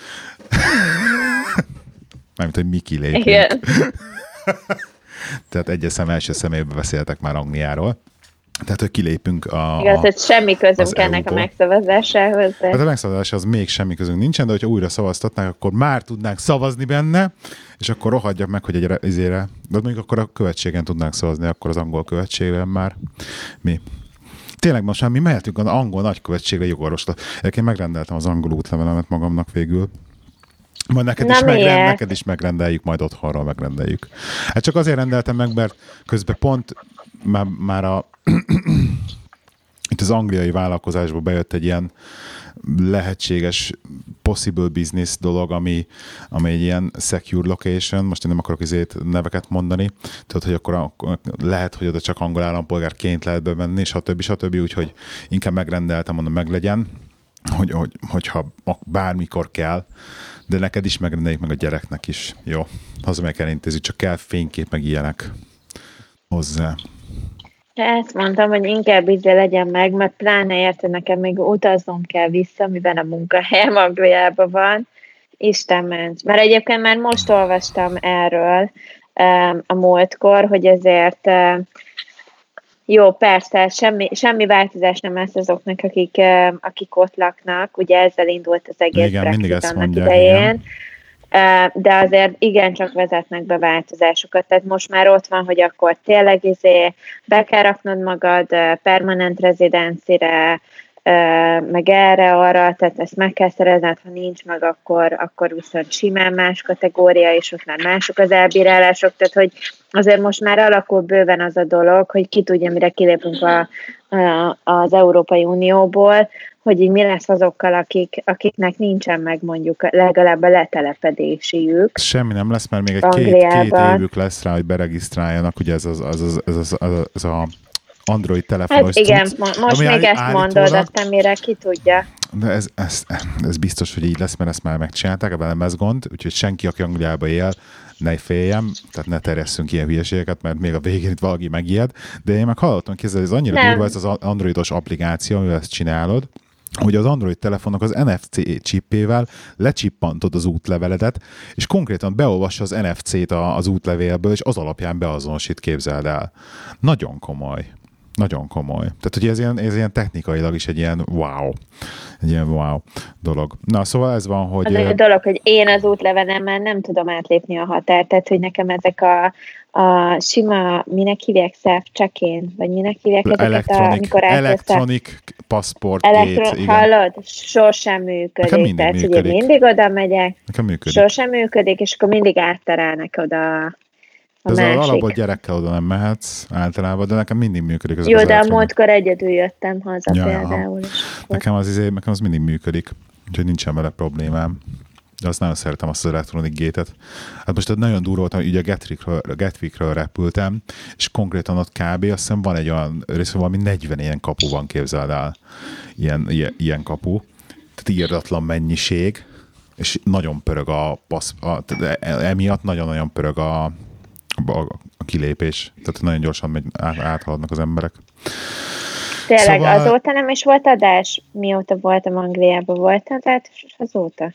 Mármint, hogy mi kilépünk. Igen. Tehát egyes szem első személyben beszéltek már Angliáról. Tehát, hogy kilépünk a... Igaz, hogy semmi közünk ennek a megszavazásához. De... Hát a megszavazáshoz még semmi közünk nincsen, de hogyha újra szavaztatnák, akkor már tudnánk szavazni benne, és akkor rohadjak meg, hogy egy izére... De mondjuk akkor a követségen tudnánk szavazni, akkor az angol követségben már mi. Tényleg most már mi mehetünk az angol nagykövetségre jogorvoslat. Egyébként megrendeltem az angol útlevelemet magamnak végül. Majd neked is, megrend, neked is megrendeljük, majd otthonról megrendeljük. Hát csak azért rendeltem meg, mert közben pont már, már a itt az angliai vállalkozásból bejött egy ilyen lehetséges possible business dolog, ami, ami egy ilyen secure location, most én nem akarok izét neveket mondani, tehát, hogy akkor, akkor lehet, hogy oda csak angol állampolgárként lehet bemenni, stb. stb. Úgyhogy inkább megrendeltem, mondom, meglegyen, hogy, hogy, hogyha bármikor kell, de neked is megrendeljük, meg a gyereknek is. Jó, haza meg kell intézni, csak kell fénykép, meg ilyenek hozzá. Ezt mondtam, hogy inkább így legyen meg, mert pláne érte nekem még utaznom kell vissza, mivel a munkahelyem Angliában van. Isten ments. Mert egyébként már most olvastam erről um, a múltkor, hogy ezért uh, jó, persze, semmi, semmi változás nem lesz azoknak, akik, uh, akik ott laknak. Ugye ezzel indult az egész igen, Brexit annak mondják, idején. Igen. De azért igencsak vezetnek be változásokat, tehát most már ott van, hogy akkor tényleg izé be kell raknod magad permanent rezidencire, meg erre-arra, tehát ezt meg kell szerezned, ha nincs meg, akkor, akkor viszont simán más kategória, és ott már mások az elbírálások, tehát hogy azért most már alakul bőven az a dolog, hogy ki tudja, mire kilépünk a, a, az Európai Unióból, hogy így mi lesz azokkal, akik, akiknek nincsen meg mondjuk legalább a letelepedésiük. Semmi nem lesz, mert még egy két, két évük lesz rá, hogy beregisztráljanak, ugye ez az, az, az, az, az, az, az a Android telefonos hát igen, cucc, most még ezt mondod, aztán mire ki tudja. De ez, ez, ez biztos, hogy így lesz, mert ezt már megcsinálták, ebben nem ez gond, úgyhogy senki, aki Angliába él, ne féljem, tehát ne terjesszünk ilyen hülyeségeket, mert még a végén itt valaki megijed, de én meg hallottam kézzel, ez annyira nem. durva ez az androidos applikáció, amivel ezt csinálod, hogy az Android telefonok az en ef cé csippével lecsippantod az útleveledet, és konkrétan beolvassa az en ef cét az útlevélből, és az alapján beazonosít, képzeld el. Nagyon komoly. Nagyon komoly. Tehát, hogy ez ilyen, ez ilyen technikailag is egy ilyen wow. Egy ilyen wow dolog. Na, szóval ez van, hogy... Az egy dolog, hogy én az útlevelemmel nem tudom átlépni a határt, tehát, hogy nekem ezek a, a sima, minek hívják, self-check-in, vagy minek hívják ezeket, Electronic, a, amikor electronic passport Elektron- gate, hallod? Sosem működik. Nekem mindig tehát, működik. hogy mindig oda megyek, Nekem működik. Sosem működik, és akkor mindig átterelnek oda a ez másik. alapból gyerekkel oda nem mehetsz általában, de nekem mindig működik. Jó, de a múltkor egyedül jöttem haza ja, például. Nekem az, izé, nekem az mindig működik, úgyhogy nincsen vele problémám. De azt nagyon szeretem, azt az Electronic Gate-et. Hát most nagyon durva voltam, hogy ugye Gatwickről, Gatwickről repültem, és konkrétan ott kb. Azt hiszem van egy olyan rész, valami negyven ilyen kapu van, képzeld el. Ilyen, ilyen, ilyen kapu. Tehát írdatlan mennyiség, és nagyon pörög a passz, a, emiatt nagyon-nagyon pörög a, a, a kilépés. Tehát nagyon gyorsan megy, át, áthaladnak az emberek. Tényleg, szóval... azóta nem is volt adás? Mióta voltam Angliában, volt adás azóta?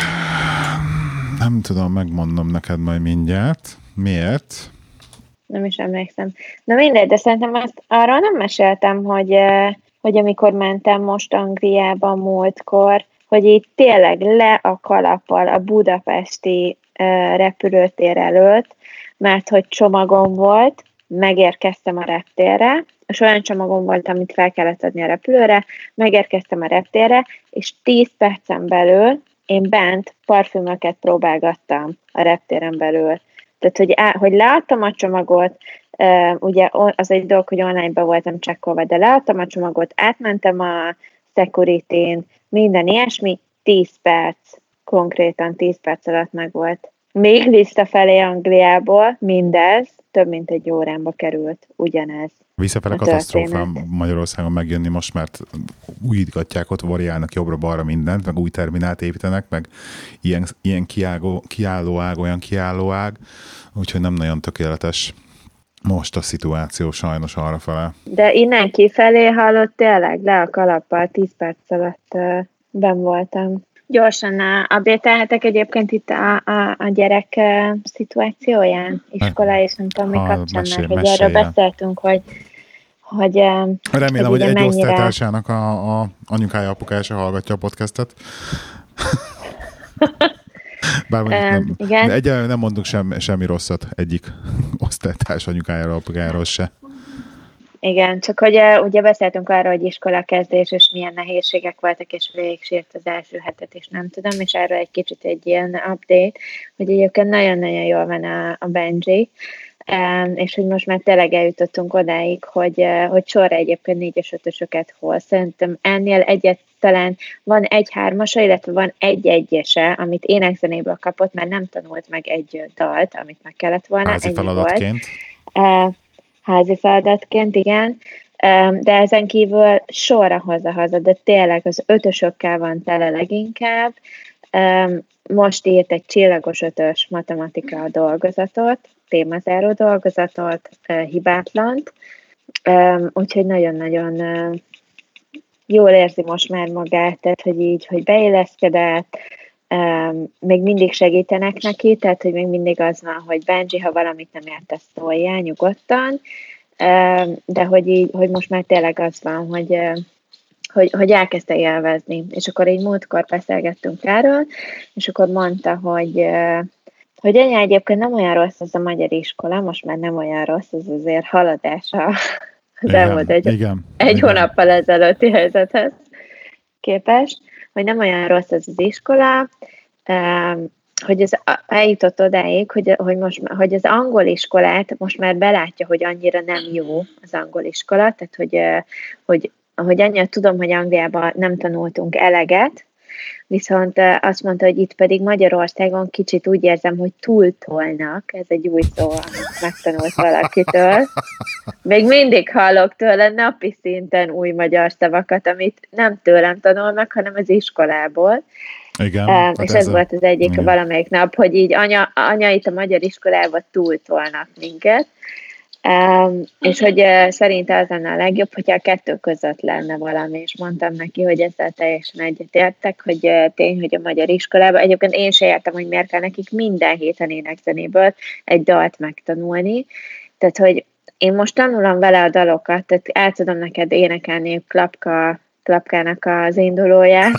Nem tudom, megmondom neked majd mindjárt. Miért? Nem is emlékszem. Na mindegy, de szerintem azt arról nem meséltem, hogy, hogy amikor mentem most Angliába múltkor, hogy így tényleg le a kalappal a budapesti repülőtér előtt, mert hogy csomagom volt, megérkeztem a reptérre, és olyan csomagom volt, amit fel kellett adni a repülőre, megérkeztem a reptérre, és tíz percen belül én bent parfümöket próbálgattam a reptéren belül. Tehát, hogy, á, hogy leadtam a csomagot, uh, ugye az egy dolog, hogy online-ba voltam csekkolva, de leadtam a csomagot, átmentem a security-n, minden ilyesmi, tíz perc, konkrétan tíz perc alatt megvolt. Még visszafelé Angliából mindez több mint egy órámba került, ugyanez. Visszafele katasztrófán Magyarországon megjönni most, mert újítgatják, ott variálnak jobbra-balra mindent, meg új terminált építenek, meg ilyen, ilyen kiálló, kiálló ág, olyan kiálló ág, úgyhogy nem nagyon tökéletes most a szituáció sajnos arrafele. De innen kifelé hallott tényleg le a kalappal, tíz perc alatt uh, benn voltam. Gyorsan update-elhetek egyébként itt a, a, a gyerek uh, szituációján, iskola és nem tudom mi kapcsán, mert hogy erről beszéltünk, hogy, hogy uh, remélem, hogy, hogy egy mennyire... osztálytársának a, a anyukája, apukája hallgatja a podcastet. Bár mondjuk nem, igen. Egyelőre nem mondunk sem, semmi rosszat egyik osztálytárs anyukájáról, apukájáról se. Igen, csak hogy uh, ugye beszéltünk arról, hogy iskolakezdés, és milyen nehézségek voltak, és végig sírt az első hetet, és nem tudom, és erről egy kicsit egy ilyen update, hogy egyébként nagyon-nagyon jól van a, a Benji, um, és hogy most már tényleg eljutottunk odáig, hogy, uh, hogy sorra egyébként négyes ötösöket hoz. Szerintem ennél egyet talán van egy hármasa, illetve van egy egyese, amit énekzenéből kapott, mert nem tanult meg egy dalt, amit meg kellett volna. Házi feladatként. Uh, házi feladatként, igen, de ezen kívül sorra haza-haza, de tényleg az ötösökkel van tele leginkább. Most írt egy csillagos ötös matematika dolgozatot, témazáró dolgozatot, hibátlant, úgyhogy nagyon-nagyon jól érzi most már magát, tehát hogy így, hogy beilleszkedett, Um, még mindig segítenek neki, tehát hogy még mindig az van, hogy Benji, ha valamit nem értesz, szóljál nyugodtan, um, de hogy így, hogy most már tényleg az van, hogy, uh, hogy, hogy elkezdte élvezni. És akkor így múltkor beszélgettünk erről, és akkor mondta, hogy, uh, hogy anya, egyébként nem olyan rossz az a magyar iskola, most már nem olyan rossz, az azért haladása az elmúlt egy, igen, egy igen. hónappal ezelőtti helyzethez képest, hogy nem olyan rossz ez az iskola, hogy ez eljutott odáig, hogy, hogy, most, hogy az angol iskolát most már belátja, hogy annyira nem jó az angol iskola, tehát hogy, hogy, hogy annyira tudom, hogy Angliában nem tanultunk eleget, viszont azt mondta, hogy itt pedig Magyarországon kicsit úgy érzem, hogy túltolnak, ez egy új szó, amit megtanult valakitől. Még mindig hallok tőle napi szinten új magyar szavakat, amit nem tőlem tanulnak, hanem az iskolából. Igen, um, és ez, ez a... volt az egyik igen. valamelyik nap, hogy így anya, anya itt a magyar iskolában túltolnak minket. Um, és hogy uh, szerinte az lenne a legjobb, hogyha a kettő között lenne valami, és mondtam neki, hogy ezzel teljesen egyetértek, hogy uh, tény, hogy a magyar iskolában, egyébként én se értem, hogy miért kell nekik minden héten énekzenéből egy dalt megtanulni, tehát, hogy én most tanulom vele a dalokat, tehát el tudom neked énekelni Klapka, Klapkának az indulóját.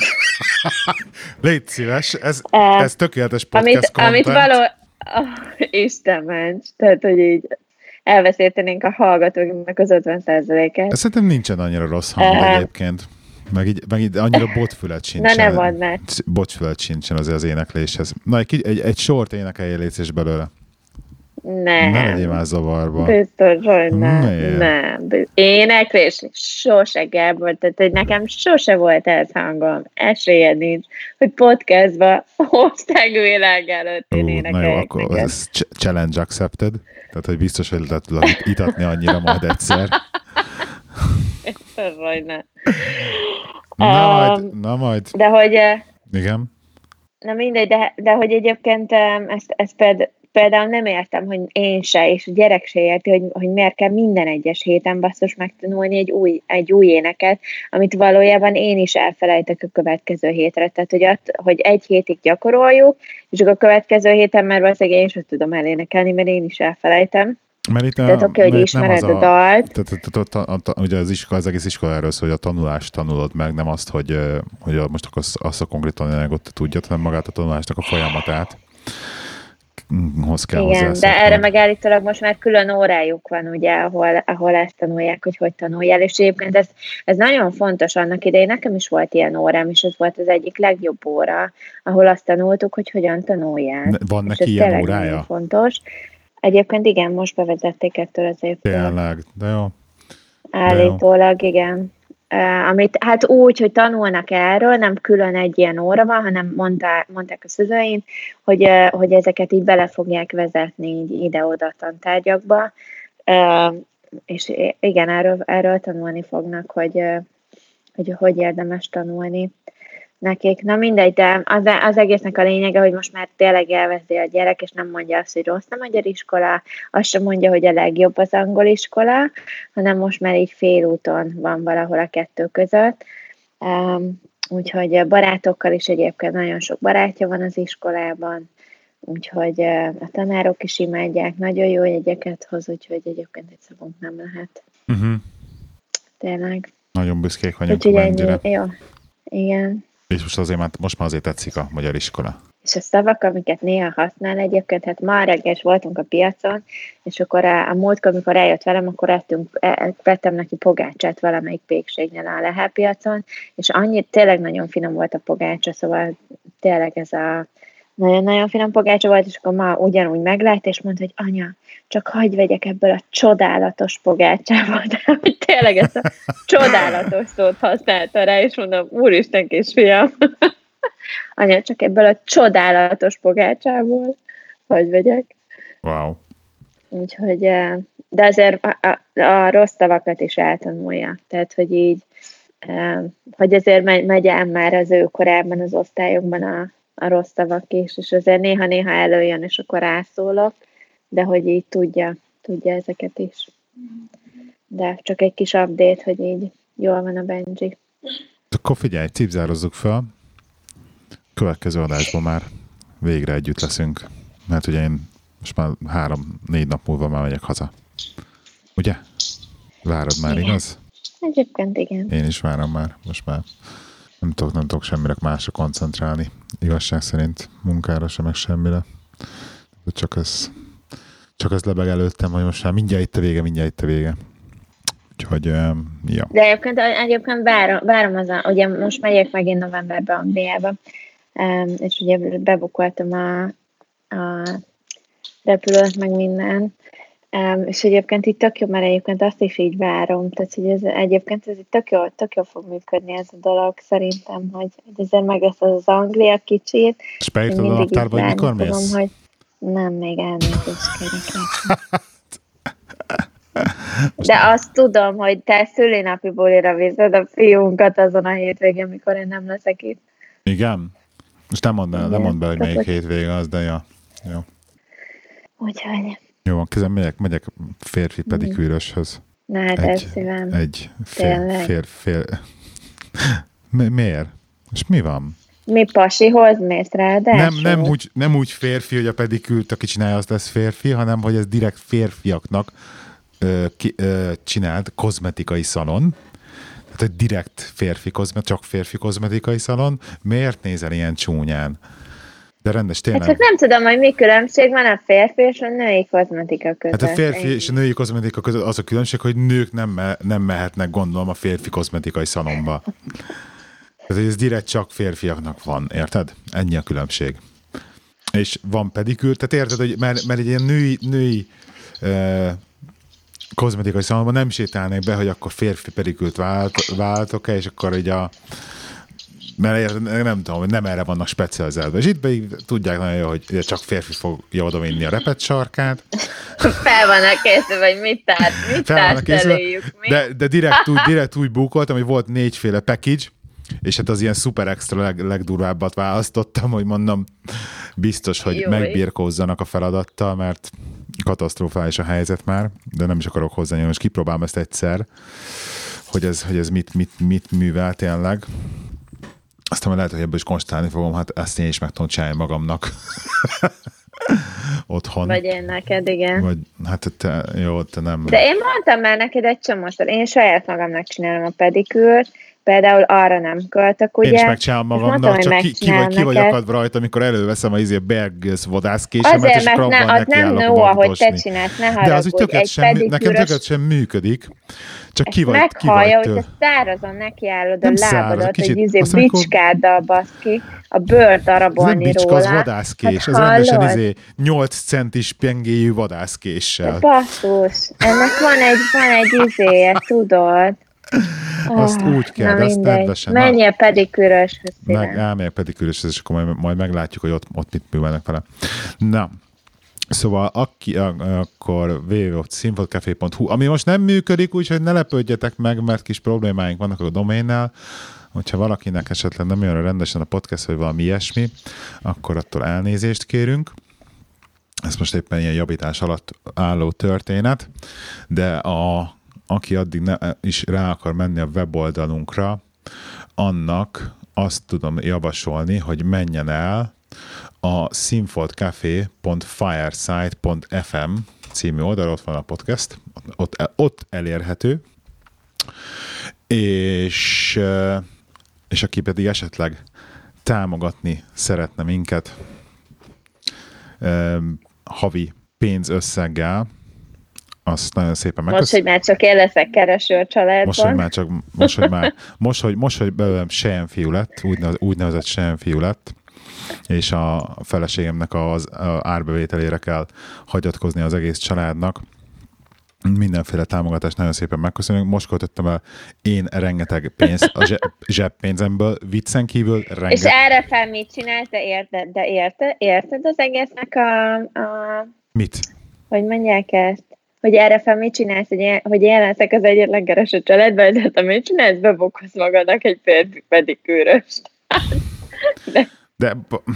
Légy szíves, ez, uh, ez tökéletes podcast amit, content. Amit való... Oh, Isten ments, tehát, hogy így elveszítenénk a hallgatóknak az ötven százalékát. Szerintem nincsen annyira rossz hang uh, egyébként. Meg így, meg így annyira botfület sincsen. Na nem mondd már. Botfület sincsen azért az énekléshez. Na, egy, egy, egy sort énekelje létszés belőle. Nem. Ne legyél már zavarba. Biztos, hogy nem. Nem. Éneklés sose, Gábor, tehát hogy nekem sose volt ez hangom. Esélyed nincs, hogy podcastba országvilág előtt én énekeljek. Na jó, akkor ez challenge accepted. Tehát, hogy biztos, hogy lehet tudod itatni annyira majd egyszer. Biztos, hogy nem. Na majd, na majd. De hogy... Igen. Na mindegy, de, de hogy egyébként ezt, ezt például, például nem értem, hogy én se, és a gyerek se érti, hogy, hogy miért kell minden egyes héten basszus megtanulni egy új, egy új éneket, amit valójában én is elfelejtek a következő hétre. Tehát, hogy, att, hogy egy hétig gyakoroljuk, és akkor a következő héten már valószínűleg én sem tudom elénekelni, mert én is elfelejtem. Mert itt, tehát oké, hogy ismered a, a dalt. Tehát ugye az, iskola, az egész iskoláról szól, hogy a tanulást tanulod meg, nem azt, hogy, hogy most akkor azt a konkrét tanulágot tudjad, hanem magát a tanulásnak a folyamatát. Hoz kell igen, de erre meg állítólag most már külön órájuk van, ugye, ahol, ahol ezt tanulják, hogy hogy tanuljál, és egyébként ez, ez nagyon fontos annak idején, nekem is volt ilyen órám, és ez volt az egyik legjobb óra, ahol azt tanultuk, hogy hogyan tanuljál. Van neki ilyen órája? Fontos. Egyébként igen, most bevezették ettől az évtől. Tényleg, de jó. Állítólag, igen. amit hát úgy, hogy tanulnak erről, nem külön egy ilyen óra van, hanem mondta, mondták a szüleim, hogy, hogy ezeket így bele fogják vezetni így ide-oda tantárgyakba, és igen, erről, erről tanulni fognak, hogy, hogy hogy érdemes tanulni nekik. Na mindegy, de az, az egésznek a lényege, hogy most már tényleg elveszi a gyerek, és nem mondja azt, hogy rossz a magyar iskola, azt sem mondja, hogy a legjobb az angol iskola, hanem most már így félúton van valahol a kettő között. Um, úgyhogy a barátokkal is egyébként nagyon sok barátja van az iskolában, úgyhogy a tanárok is imádják, nagyon jó jegyeket hoz, úgyhogy egyébként egy szavunk nem lehet. Uh-huh. Tényleg. Nagyon büszkék vagyunk a Benjire. Jó, igen. És most, azért már, most már azért tetszik a magyar iskola. És a szavak, amiket néha használ egyébként, hát ma reggel voltunk a piacon, és akkor a, a múltkor, amikor eljött velem, akkor ettünk, vettem neki pogácsát valamelyik pékségnél a Lehel piacon, és annyit, tényleg nagyon finom volt a pogácsa, szóval tényleg ez a nagyon-nagyon finom pogácsa volt, és akkor ma ugyanúgy meglát, és mondta, hogy anya, csak hagyj vegyek ebből a csodálatos pogácsából, de hogy tényleg ezt a csodálatos szót használta rá, és mondom, úristen kisfiam, anya, csak ebből a csodálatos pogácsából hagyj vegyek. Wow. Úgyhogy, de azért a, a, a rossz szavakat is eltanulja, tehát, hogy így, hogy azért megy, megy el már az ő korában az osztályokban a a rossz szavak is, és azért néha-néha előjön, és akkor rászólok, de hogy így tudja, tudja ezeket is. De csak egy kis update, hogy így jól van a Benji. Akkor figyelj, cipzározzuk fel. Következő adásban már végre együtt leszünk, mert ugye én most már három-négy nap múlva már megyek haza. Ugye? Várod már, igen. Igaz? Egyébként igen. Én is várom már, most már nem tudok, nem tudok semmire másra koncentrálni. Igazság szerint munkára sem, meg semmire. Csak ez, csak ez lebeg előttem, hogy most már mindjárt itt a vége, mindjárt itt a vége. Úgyhogy, um, ja. De egyébként, egyébként várom, várom az a, ugye most megyek megint novemberben Angliába, um, és ugye bebukoltam a, a repülőt, meg minden, um, és egyébként itt tök jó, mert egyébként azt is így várom, tehát hogy ez, egyébként ez itt tök jó, tök jó fog működni ez a dolog, szerintem, hogy ezért meg lesz az Anglia kicsit. És beírtad a naptárba, hogy mikor mész? Tudom, hogy nem, még elnézést kérek. De azt tudom, hogy te szülinapi bulira viszed a fiunkat azon a hétvégén, amikor én nem leszek itt. Igen? Most nem mondd, nem mondd be, hogy melyik hétvége az, de ja. Jó. Úgyhogy. Jó, van, közben megyek, megyek férfi pedikűröshöz. Na hát egy, ez szívem. Egy fér, fér, fér. Mi, miért? És mi van? Mi pasihoz mész ráadásul? Nem, nem, úgy, nem úgy férfi, hogy a pedikűrt, aki csinálja, az lesz férfi, hanem hogy ez direkt férfiaknak ö, ki, ö, csinált kozmetikai szalon. Tehát egy direkt férfi kozmet, csak férfi kozmetikai szalon. Miért nézel ilyen csúnyán? De rendes, tényleg. Hát csak nem tudom, hogy mi különbség van a férfi és a női kozmetika között. Hát a férfi és a női kozmetika között az a különbség, hogy nők nem, me- nem mehetnek, gondolom, a férfi kozmetikai szalomba. Tehát ez direkt csak férfiaknak van, érted? Ennyi a különbség. És van pedikűr, tehát érted, hogy mert, mert egy ilyen női, női uh, kozmetikai szalomban nem sétálnak be, hogy akkor férfi pedikűrt vált, váltok-e, és akkor így a mert nem tudom, hogy nem erre vannak specializálva. És itt pedig tudják nagyon jó, hogy csak férfi fogja odavinni a repet sarkát. Fel vannak készülve, hogy mit tart, mit tart eléjük. De, de direkt, úgy, direkt úgy búkoltam, hogy volt négyféle package, és hát az ilyen szuper extra leg, legdurvábbat választottam, hogy mondom, biztos, hogy Júj. megbirkózzanak a feladattal, mert katasztrofális a helyzet már, de nem is akarok hozzányúlni, most kipróbálom ezt egyszer, hogy ez, hogy ez mit, mit, mit művel tényleg. Aztán lehet, hogy ebből is konstatálni fogom, hát ezt én is meg tudom csinálni magamnak. Otthon. Vagy én neked, igen. Vagy, hát te, jó, te nem. De én mondtam már neked egy csomószor, én saját magamnak csinálom a pedikűrt, például arra nem költök, ugye? Én is megcsinálom magamnak, mondtam, csak ki, ki, vagy, ki vagy akadva rajta, amikor előveszem a izé Bergősz vadászkésemet, azért, és mert ne, az nem no, ahogy te csinálsz, ne haragudj. De az úgy tökélet sem, nekem tökélet sem működik. Csak ki vagy, meghallja, ki vagy hogy te szárazon nekiállod a lábadat, hogy izé bicskáddal baszki, a bőrt darabolni róla. Ez nem bicska, az vadászkés, hát ez rendesen izé nyolc centis pengéjű vadászkéssel. De basszus, ennek van egy, van egy izéje, tudod? Azt úgy kell, de azt nedvesen. Menjél pedikűröshöz. Meg elmegyek pedikűröshöz, és akkor majd, majd meglátjuk, hogy ott, ott mit művelnek vele. Na, szóval aki, akkor double-u double-u double-u pont színfoltcafé pont hu, ami most nem működik, úgyhogy ne lepődjetek meg, mert kis problémáink vannak a doménnel. Hogyha valakinek esetleg nem jön rendesen a podcast, vagy valami ilyesmi, akkor attól elnézést kérünk. Ez most éppen ilyen javítás alatt álló történet, de a, aki addig ne, is rá akar menni a weboldalunkra, annak azt tudom javasolni, hogy menjen el a színfoltcafé pont fireside pont ef em című oldal, ott van a podcast, ott, ott elérhető, és, és aki pedig esetleg támogatni szeretne minket havi pénzösszeggel, azt nagyon szépen megköszönöm. Most, hogy már csak én leszek kereső a családban. Most, hogy már csak, most, hogy már, most, hogy, most, hogy belőlem sejemfiú lett, úgynevezett, úgynevezett sejemfiú lett, és a feleségemnek az árbevételére kell hagyatkozni az egész családnak. Mindenféle támogatást nagyon szépen megköszönjük. Most költöttem el én rengeteg pénzt a zseb, zsebpénzemből, viccen kívül rengeteg. És erre fel mit csinálsz, de érted, de érted, érted az egésznek a, a... Mit? Hogy mondják ezt? Hogy erre fel mit csinálsz, hogy én, hogy én leszek az egyetlen kereső családban, de te mit csinálsz? Bebokhoz magadnak egy férfi pedikűröst. De... De...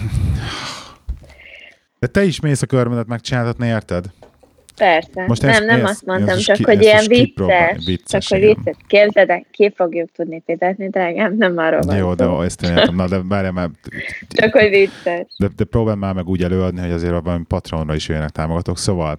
De te is mész a körmödet megcsináltatni, érted? Persze. Most nem, ez, nem ez, azt mondtam, ez csak ki, hogy ilyen vicces. vicces. Csak hogy vicces. Képzeld el, ki fogjuk tudni fizetni, drágám, nem arról van. Jó, de ezt én értem. Na, de várjál már. Csak hogy vicces. De, de próbálj már meg úgy előadni, hogy azért valami Patreonra is jöjjenek támogatók. Szóval...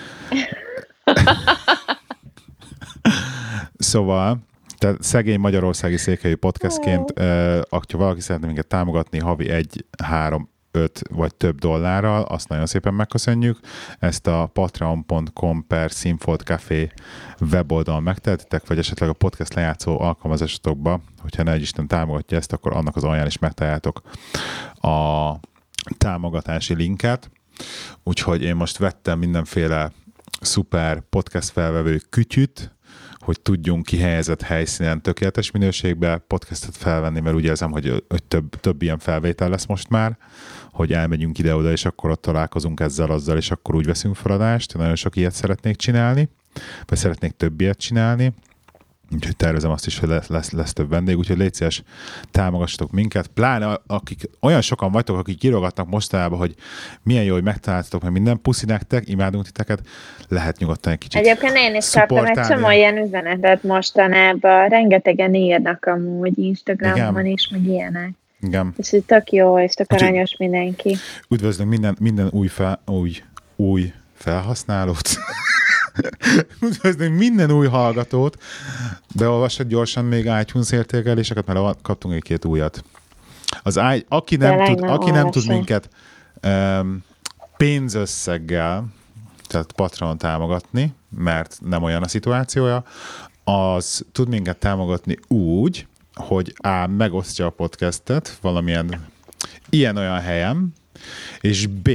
szóval... Tehát szegény magyarországi székhelyű podcastként, oh. ha valaki szeretne minket támogatni havi egy, három, öt vagy több dollárral, azt nagyon szépen megköszönjük. Ezt a patreon pont com per színfoltcafé weboldalon megtehetitek, vagy esetleg a podcast lejátszó alkalmazásotokba, hogyha ne Isten támogatja ezt, akkor annak az alján is megtaláljátok a támogatási linket. Úgyhogy én most vettem mindenféle szuper podcast felvevő kütyüt, hogy tudjunk kihelyezett helyszínen tökéletes minőségben podcastet felvenni, mert úgy érzem, hogy, hogy több, több ilyen felvétel lesz most már, hogy elmegyünk ide-oda, és akkor ott találkozunk ezzel, azzal, és akkor úgy veszünk feladást. Nagyon sok ilyet szeretnék csinálni, vagy szeretnék több ilyet csinálni, úgyhogy tervezem azt is, hogy lesz, lesz, lesz több vendég, úgyhogy légy szíves, támogassatok minket, pláne akik olyan sokan vagytok, akik írogatnak mostanában, hogy milyen jó, hogy megtaláltatok, meg minden, puszi nektek, imádunk titeket, lehet nyugodtan egy kicsit Egyébként én is kaptam egy csomó ilyen üzenetet mostanában, rengetegen írnak amúgy Instagramon is, meg ilyenek. Igen. És így tök jó, és tök aranyos mindenki. Üdvözlünk minden, minden új, fel, új, új felhasználót. Üdvözlünk minden új hallgatót. Beolvassad gyorsan még iTunes értékeléseket, mert kaptunk egy-két újat. Az I, aki nem, tud, nem, aki nem tud minket um, pénzösszeggel, tehát Patreon támogatni, mert nem olyan a szituációja, az tud minket támogatni úgy, hogy A. megosztja a podcastet valamilyen ilyen-olyan helyen, és B.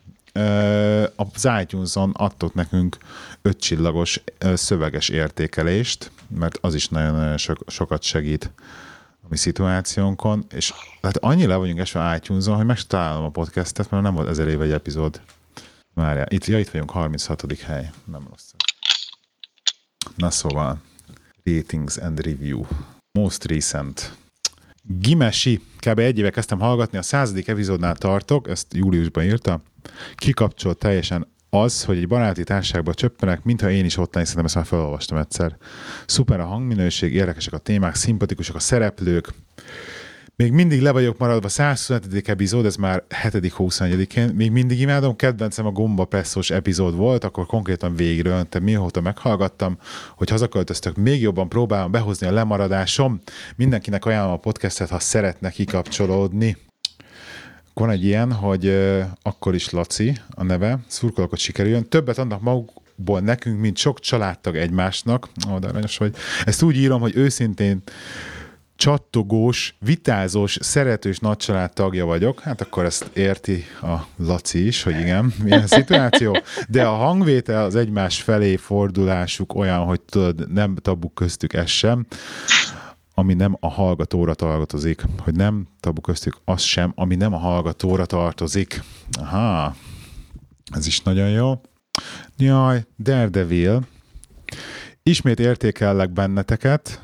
az iTunes-on adtok nekünk öt csillagos szöveges értékelést, mert az is nagyon-nagyon so- sokat segít a mi szituációnkon, és hát annyi le vagyunk esve iTunes-on, hogy meg sem találom a podcastet, mert nem volt ezer éve egy epizód. Várjál, itt, ja, itt vagyunk, harminchatodik hely. Nem rossz. Na szóval, ratings and review. Most recent. Gimesi, kb. egy éve kezdtem hallgatni, a századik epizódnál tartok, ezt júliusban írta, kikapcsolt teljesen az, hogy egy baráti társaságban csöppenek, mintha én is ott lennék, szerintem ezt már felolvastam egyszer. Szuper a hangminőség, érdekesek a témák, szimpatikusak a szereplők. Még mindig le vagyok maradva, százhuszonhetedik epizód, ez már hetedik huszonegyedikén. Még mindig imádom, kedvencem a gombapresszós epizód volt, akkor konkrétan végigről öntem, mióta meghallgattam, hogy hazaköltöztök, még jobban próbálom behozni a lemaradásom. Mindenkinek ajánlom a podcastet, ha szeretne kikapcsolódni. Van egy ilyen, hogy uh, akkor is Laci a neve, szurkolok, hogy sikerüljön. Többet adnak magukból nekünk, mint sok családtag egymásnak. Ó, de aranyos vagy. Ezt úgy írom, hogy őszintén csattogós, vitázós, szeretős nagycsalád tagja vagyok, hát akkor ezt érti a Laci is, hogy igen, milyen szituáció, de a hangvétel, az egymás felé fordulásuk olyan, hogy tudod, nem tabu köztük ez sem. ami nem a hallgatóra tartozik. Hogy nem tabu köztük az sem, ami nem a hallgatóra tartozik. Aha, ez is nagyon jó. Jaj, Daredevil. Ismét értékellek benneteket,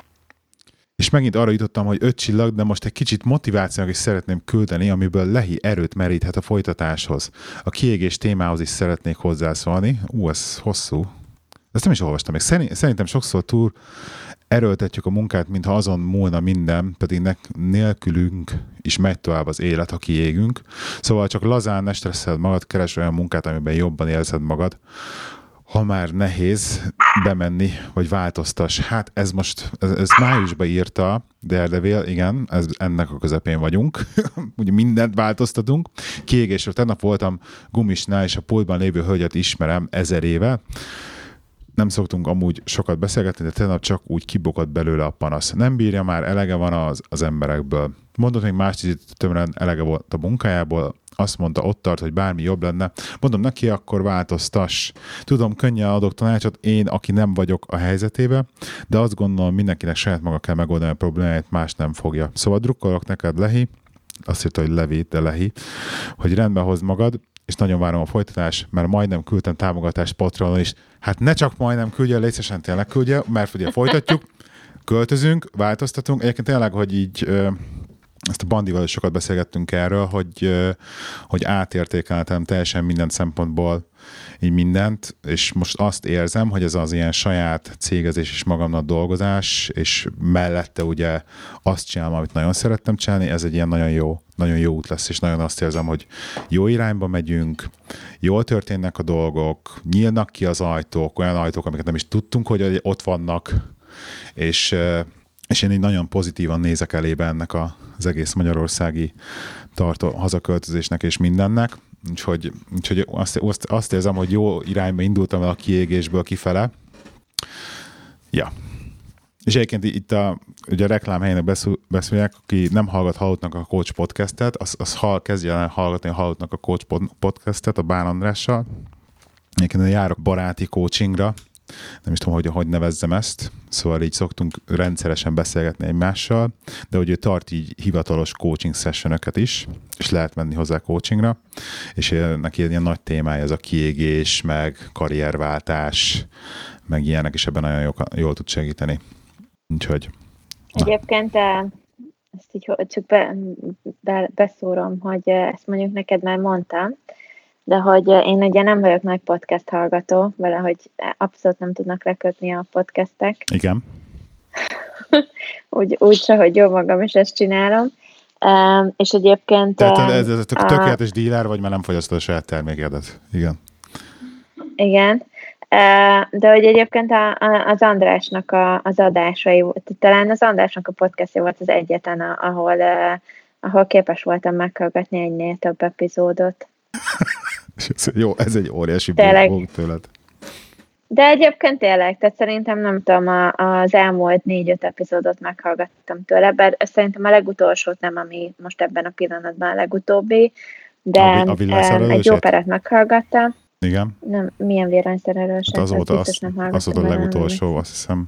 és megint arra jutottam, hogy öt csillag, de most egy kicsit motivációnak is szeretném küldeni, amiből Lehi erőt meríthet a folytatáshoz. A kiégés témához is szeretnék hozzászólni. Ú, ez hosszú. Ezt nem is olvastam még. Szerintem sokszor túl erőltetjük a munkát, mintha azon múlna minden, pedig nélkülünk is megy tovább az élet, ha kiégünk. Szóval csak lazán ne stresszeld magad, keres olyan munkát, amiben jobban érzed magad. Ha már nehéz bemenni, vagy változtass. Hát ez most, ez, ez májusban írta Daredevil, igen, ez, ennek a közepén vagyunk. Ugye mindent változtatunk. Kiégésről tegnap voltam gumisnál, és a pultban lévő hölgyet ismerem ezer éve. Nem szoktunk amúgy sokat beszélgetni, de tegnap csak úgy kibokott belőle a panasz. Nem bírja már, elege van az, az emberekből. Mondott még más tíz tömren, elege volt a munkájából, azt mondta, ott tart, hogy bármi jobb lenne. Mondom neki, akkor változtass. Tudom, könnyen adok tanácsot, én, aki nem vagyok a helyzetébe, de azt gondolom, mindenkinek saját maga kell megoldani a problémáját, más nem fogja. Szóval drukkolok neked, Lehi, azt írta, hogy Levi, de Lehi, hogy rendbe hozd magad, és nagyon várom a folytatást, mert majdnem küldtem támogatást Patreonon is. Hát ne csak majdnem küldje, légy szívesen tényleg küldje, mert ugye folytatjuk, költözünk, változtatunk. Egyébként tényleg, hogy így ezt a Bandival is sokat beszélgettünk erről, hogy, hogy átértékeltem teljesen minden szempontból így mindent, és most azt érzem, hogy ez az ilyen saját cégezés és magamnak dolgozás, és mellette ugye azt csinálom, amit nagyon szerettem csinálni, ez egy ilyen nagyon jó, nagyon jó út lesz, és nagyon azt érzem, hogy jó irányba megyünk, jól történnek a dolgok, nyílnak ki az ajtók, olyan ajtók, amiket nem is tudtunk, hogy ott vannak, és és én így nagyon pozitívan nézek elébe ennek a, az egész magyarországi tartó hazaköltözésnek és mindennek. Úgyhogy, úgyhogy azt, azt, azt érzem, hogy jó irányba indultam el a kiégésből kifele. Ja. És egyébként itt a, ugye a reklámhelyének beszélják, aki nem hallgat Halottnak a Coach podcastet, az, az hall, kezdjen el hallgatni a Halottnak a Coach podcastet a Bán Andrással. Egyébként járok baráti coachingra, nem is tudom, hogy, hogy nevezzem ezt, szóval így szoktunk rendszeresen beszélgetni egymással, de hogy ő tart így hivatalos coaching sessionöket is, és lehet menni hozzá coachingra, és neki ilyen nagy témája ez a kiégés, meg karrierváltás, meg ilyenek, és ebben nagyon jól, jól tud segíteni. Úgyhogy... Egyébként ezt így csak be, be, beszórom, hogy ezt mondjuk neked már mondtam, de hogy én ugye nem vagyok nagy podcast hallgató, valahogy abszolút nem tudnak lekötni a podcastek. Igen. úgy, úgy se, hogy jó magam is ezt csinálom. Um, és egyébként... Tehát ez, ez a tökéletes díler, vagy már nem fogyasztod a saját termékedet? Igen. Igen. Uh, de hogy egyébként a, a, az Andrásnak a, az adásai, talán az Andrásnak a podcastja volt az egyetlen, ahol, uh, ahol képes voltam meghallgatni egynél több epizódot. Jó, ez egy óriási blog tőled. De egyébként tényleg, tehát szerintem nem tudom, a, az elmúlt négy-öt epizódot meghallgattam tőle, bár szerintem a legutolsót nem, ami most ebben a pillanatban a legutóbbi, de a, a egy jó perát meghallgattam. Igen. Nem, milyen villanyszerelőset? Az volt az, az volt a legutolsó, nem, azt hiszem.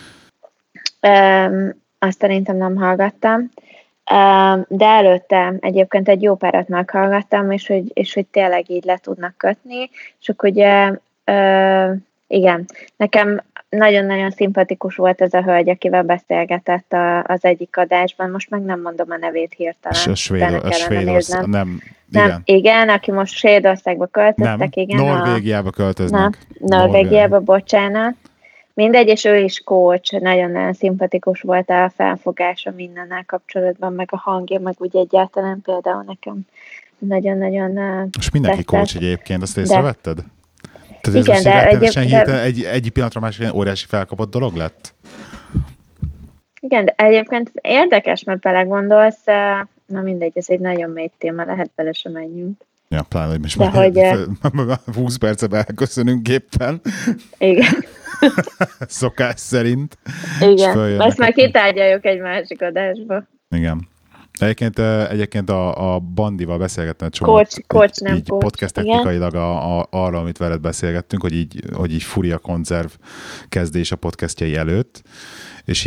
Um, azt szerintem nem hallgattam. De előtte egyébként egy jó párat meghallgattam, és hogy, és hogy tényleg így le tudnak kötni, és akkor ugye, uh, igen, nekem nagyon-nagyon szimpatikus volt ez a hölgy, akivel beszélgetett a, az egyik adásban, most meg nem mondom a nevét hirtelen. A svéd, a svéd nem, nem, igen. igen, aki most Svédországba költöztek, nem, igen. Norvégiába a, költöznek. Na, Norvégiába, bocsánat. Mindegy, és ő is coach, nagyon-nagyon szimpatikus volt a felfogása mindennel kapcsolatban, meg a hangja, meg úgy egyáltalán például nekem nagyon-nagyon és mindenki tetszett. Coach egyébként, azt észrevetted? De... Tehát igen, ez de egyébként... De... Egy, egy pillanatra másik óriási felkapott dolog lett? Igen, de egyébként érdekes, mert belegondolsz, na mindegy, ez egy nagyon mély téma, lehet bele sem menjünk. Ja, pláne, hogy most már hogy... húsz percben elköszönünk éppen. Igen. Szokás szerint. Igen, ezt már kitárgyaljuk egy másik adásba. Igen. Egyébként, egyébként a, a Bandival beszélgettem egy csomó, coach, coach, nem így coach. podcast technikailag a, a, arra, amit veled beszélgettünk, hogy így, hogy így Furia konzerv kezdés a podcastjai előtt, és így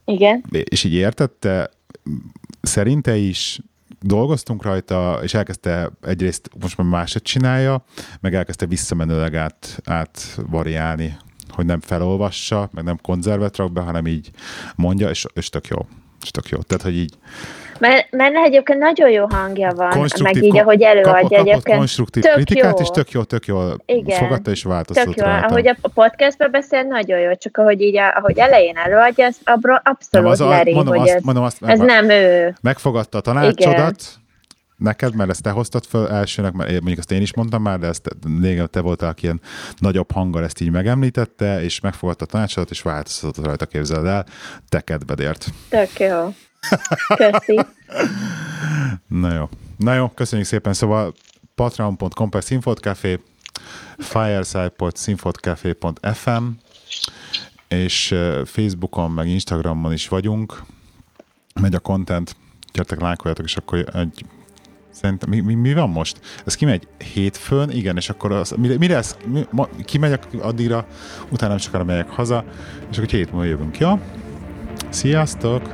Igen. És így értette, szerinte is dolgoztunk rajta, és elkezdte egyrészt most már másod csinálja, meg elkezdte visszamenőleg át, át variálni, hogy nem felolvassa, meg nem konzervet rak be, hanem így mondja, és, és tök jó. És tök jó. Tehát, hogy így Mert, mert egyébként nagyon jó hangja van, meg így, kon- ahogy előadja kapott egyébként. konstruktív tök kritikát, jó. és tök jó, tök jó Igen. fogadta, és változtatott Tök jó, rajta. ahogy a podcastben beszél, nagyon jó, csak ahogy így, ahogy elején előadja, ez abszolút az a, leri, mondom, hogy azt, ez, mondom azt, ez nem ő. Megfogadta a tanácsodat, Igen. neked, mert ezt te hoztad föl elsőnek, mert mondjuk azt én is mondtam már, de ezt régen te voltál, aki ilyen nagyobb hanggal ezt így megemlítette, és megfogadta a tanácsodat, és változtatott rajta, képzeld el, te kedvedért. Tök jó. Köszi. Na jó. Na jó, köszönjük szépen. Szóval patreon pont com per színfoltcafé, fireside pont színfoltcafé pont ef em, és Facebookon, meg Instagramon is vagyunk. Megy a content, gyertek, lájkoljatok, és akkor egy szerintem, mi, mi, mi van most? Ez kimegy hétfőn, igen, és akkor az, mire, mire ez, mi, ma, kimegyek addigra, utána nem sokára megyek haza, és akkor hét múlva jövünk, jó? Sziasztok!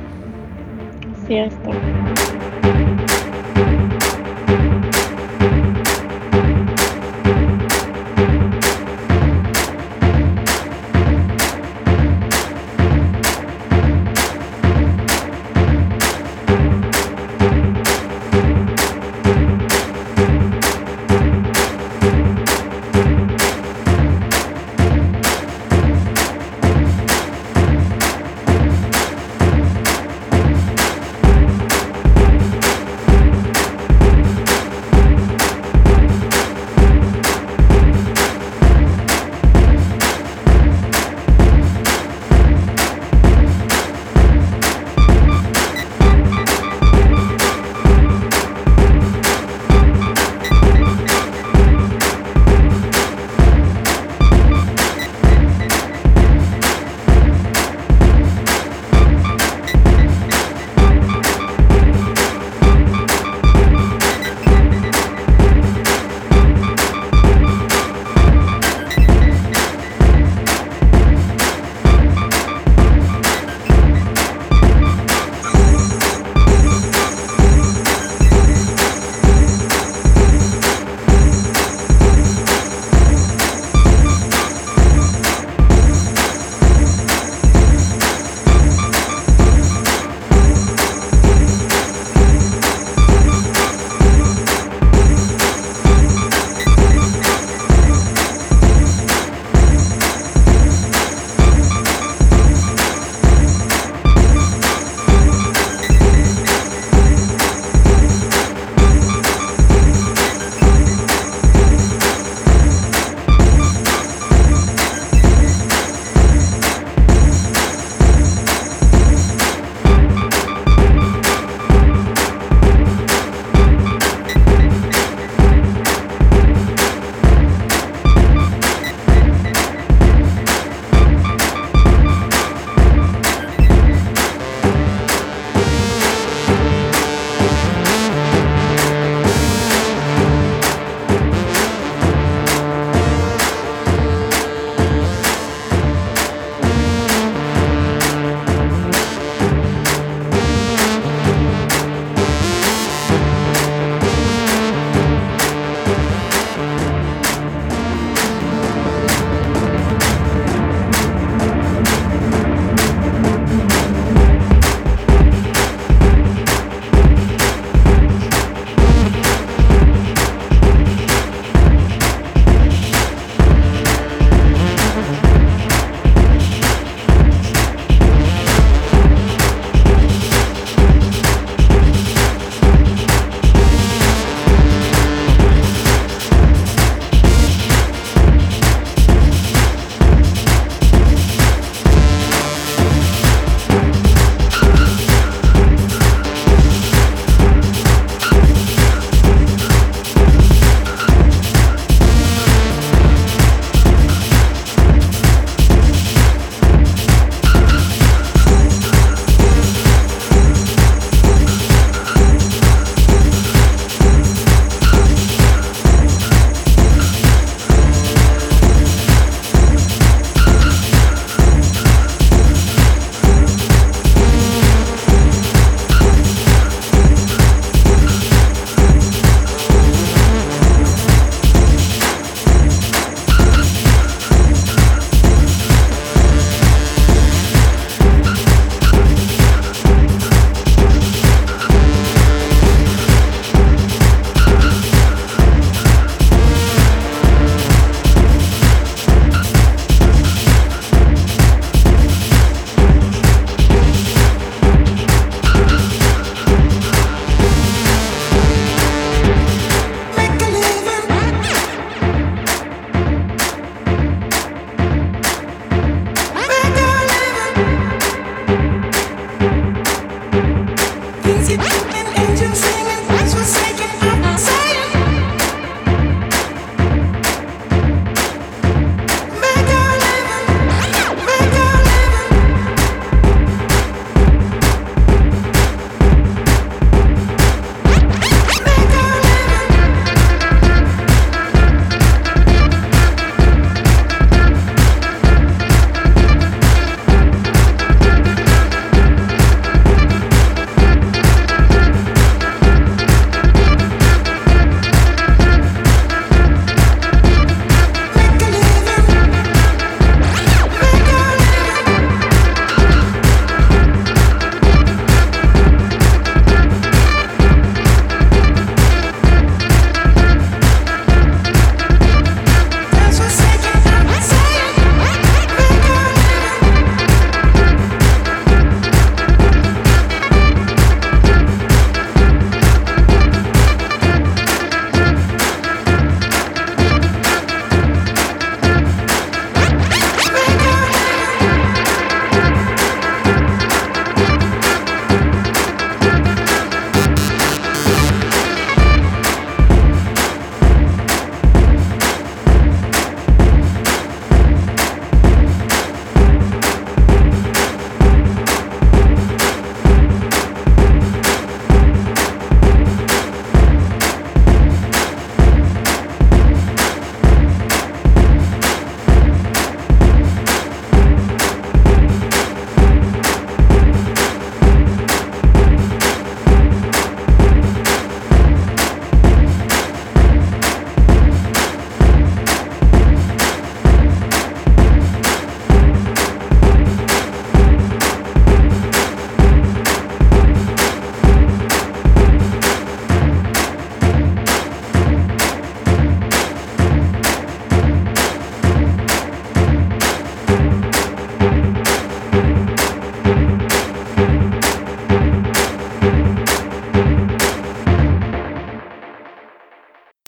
Sziasztok!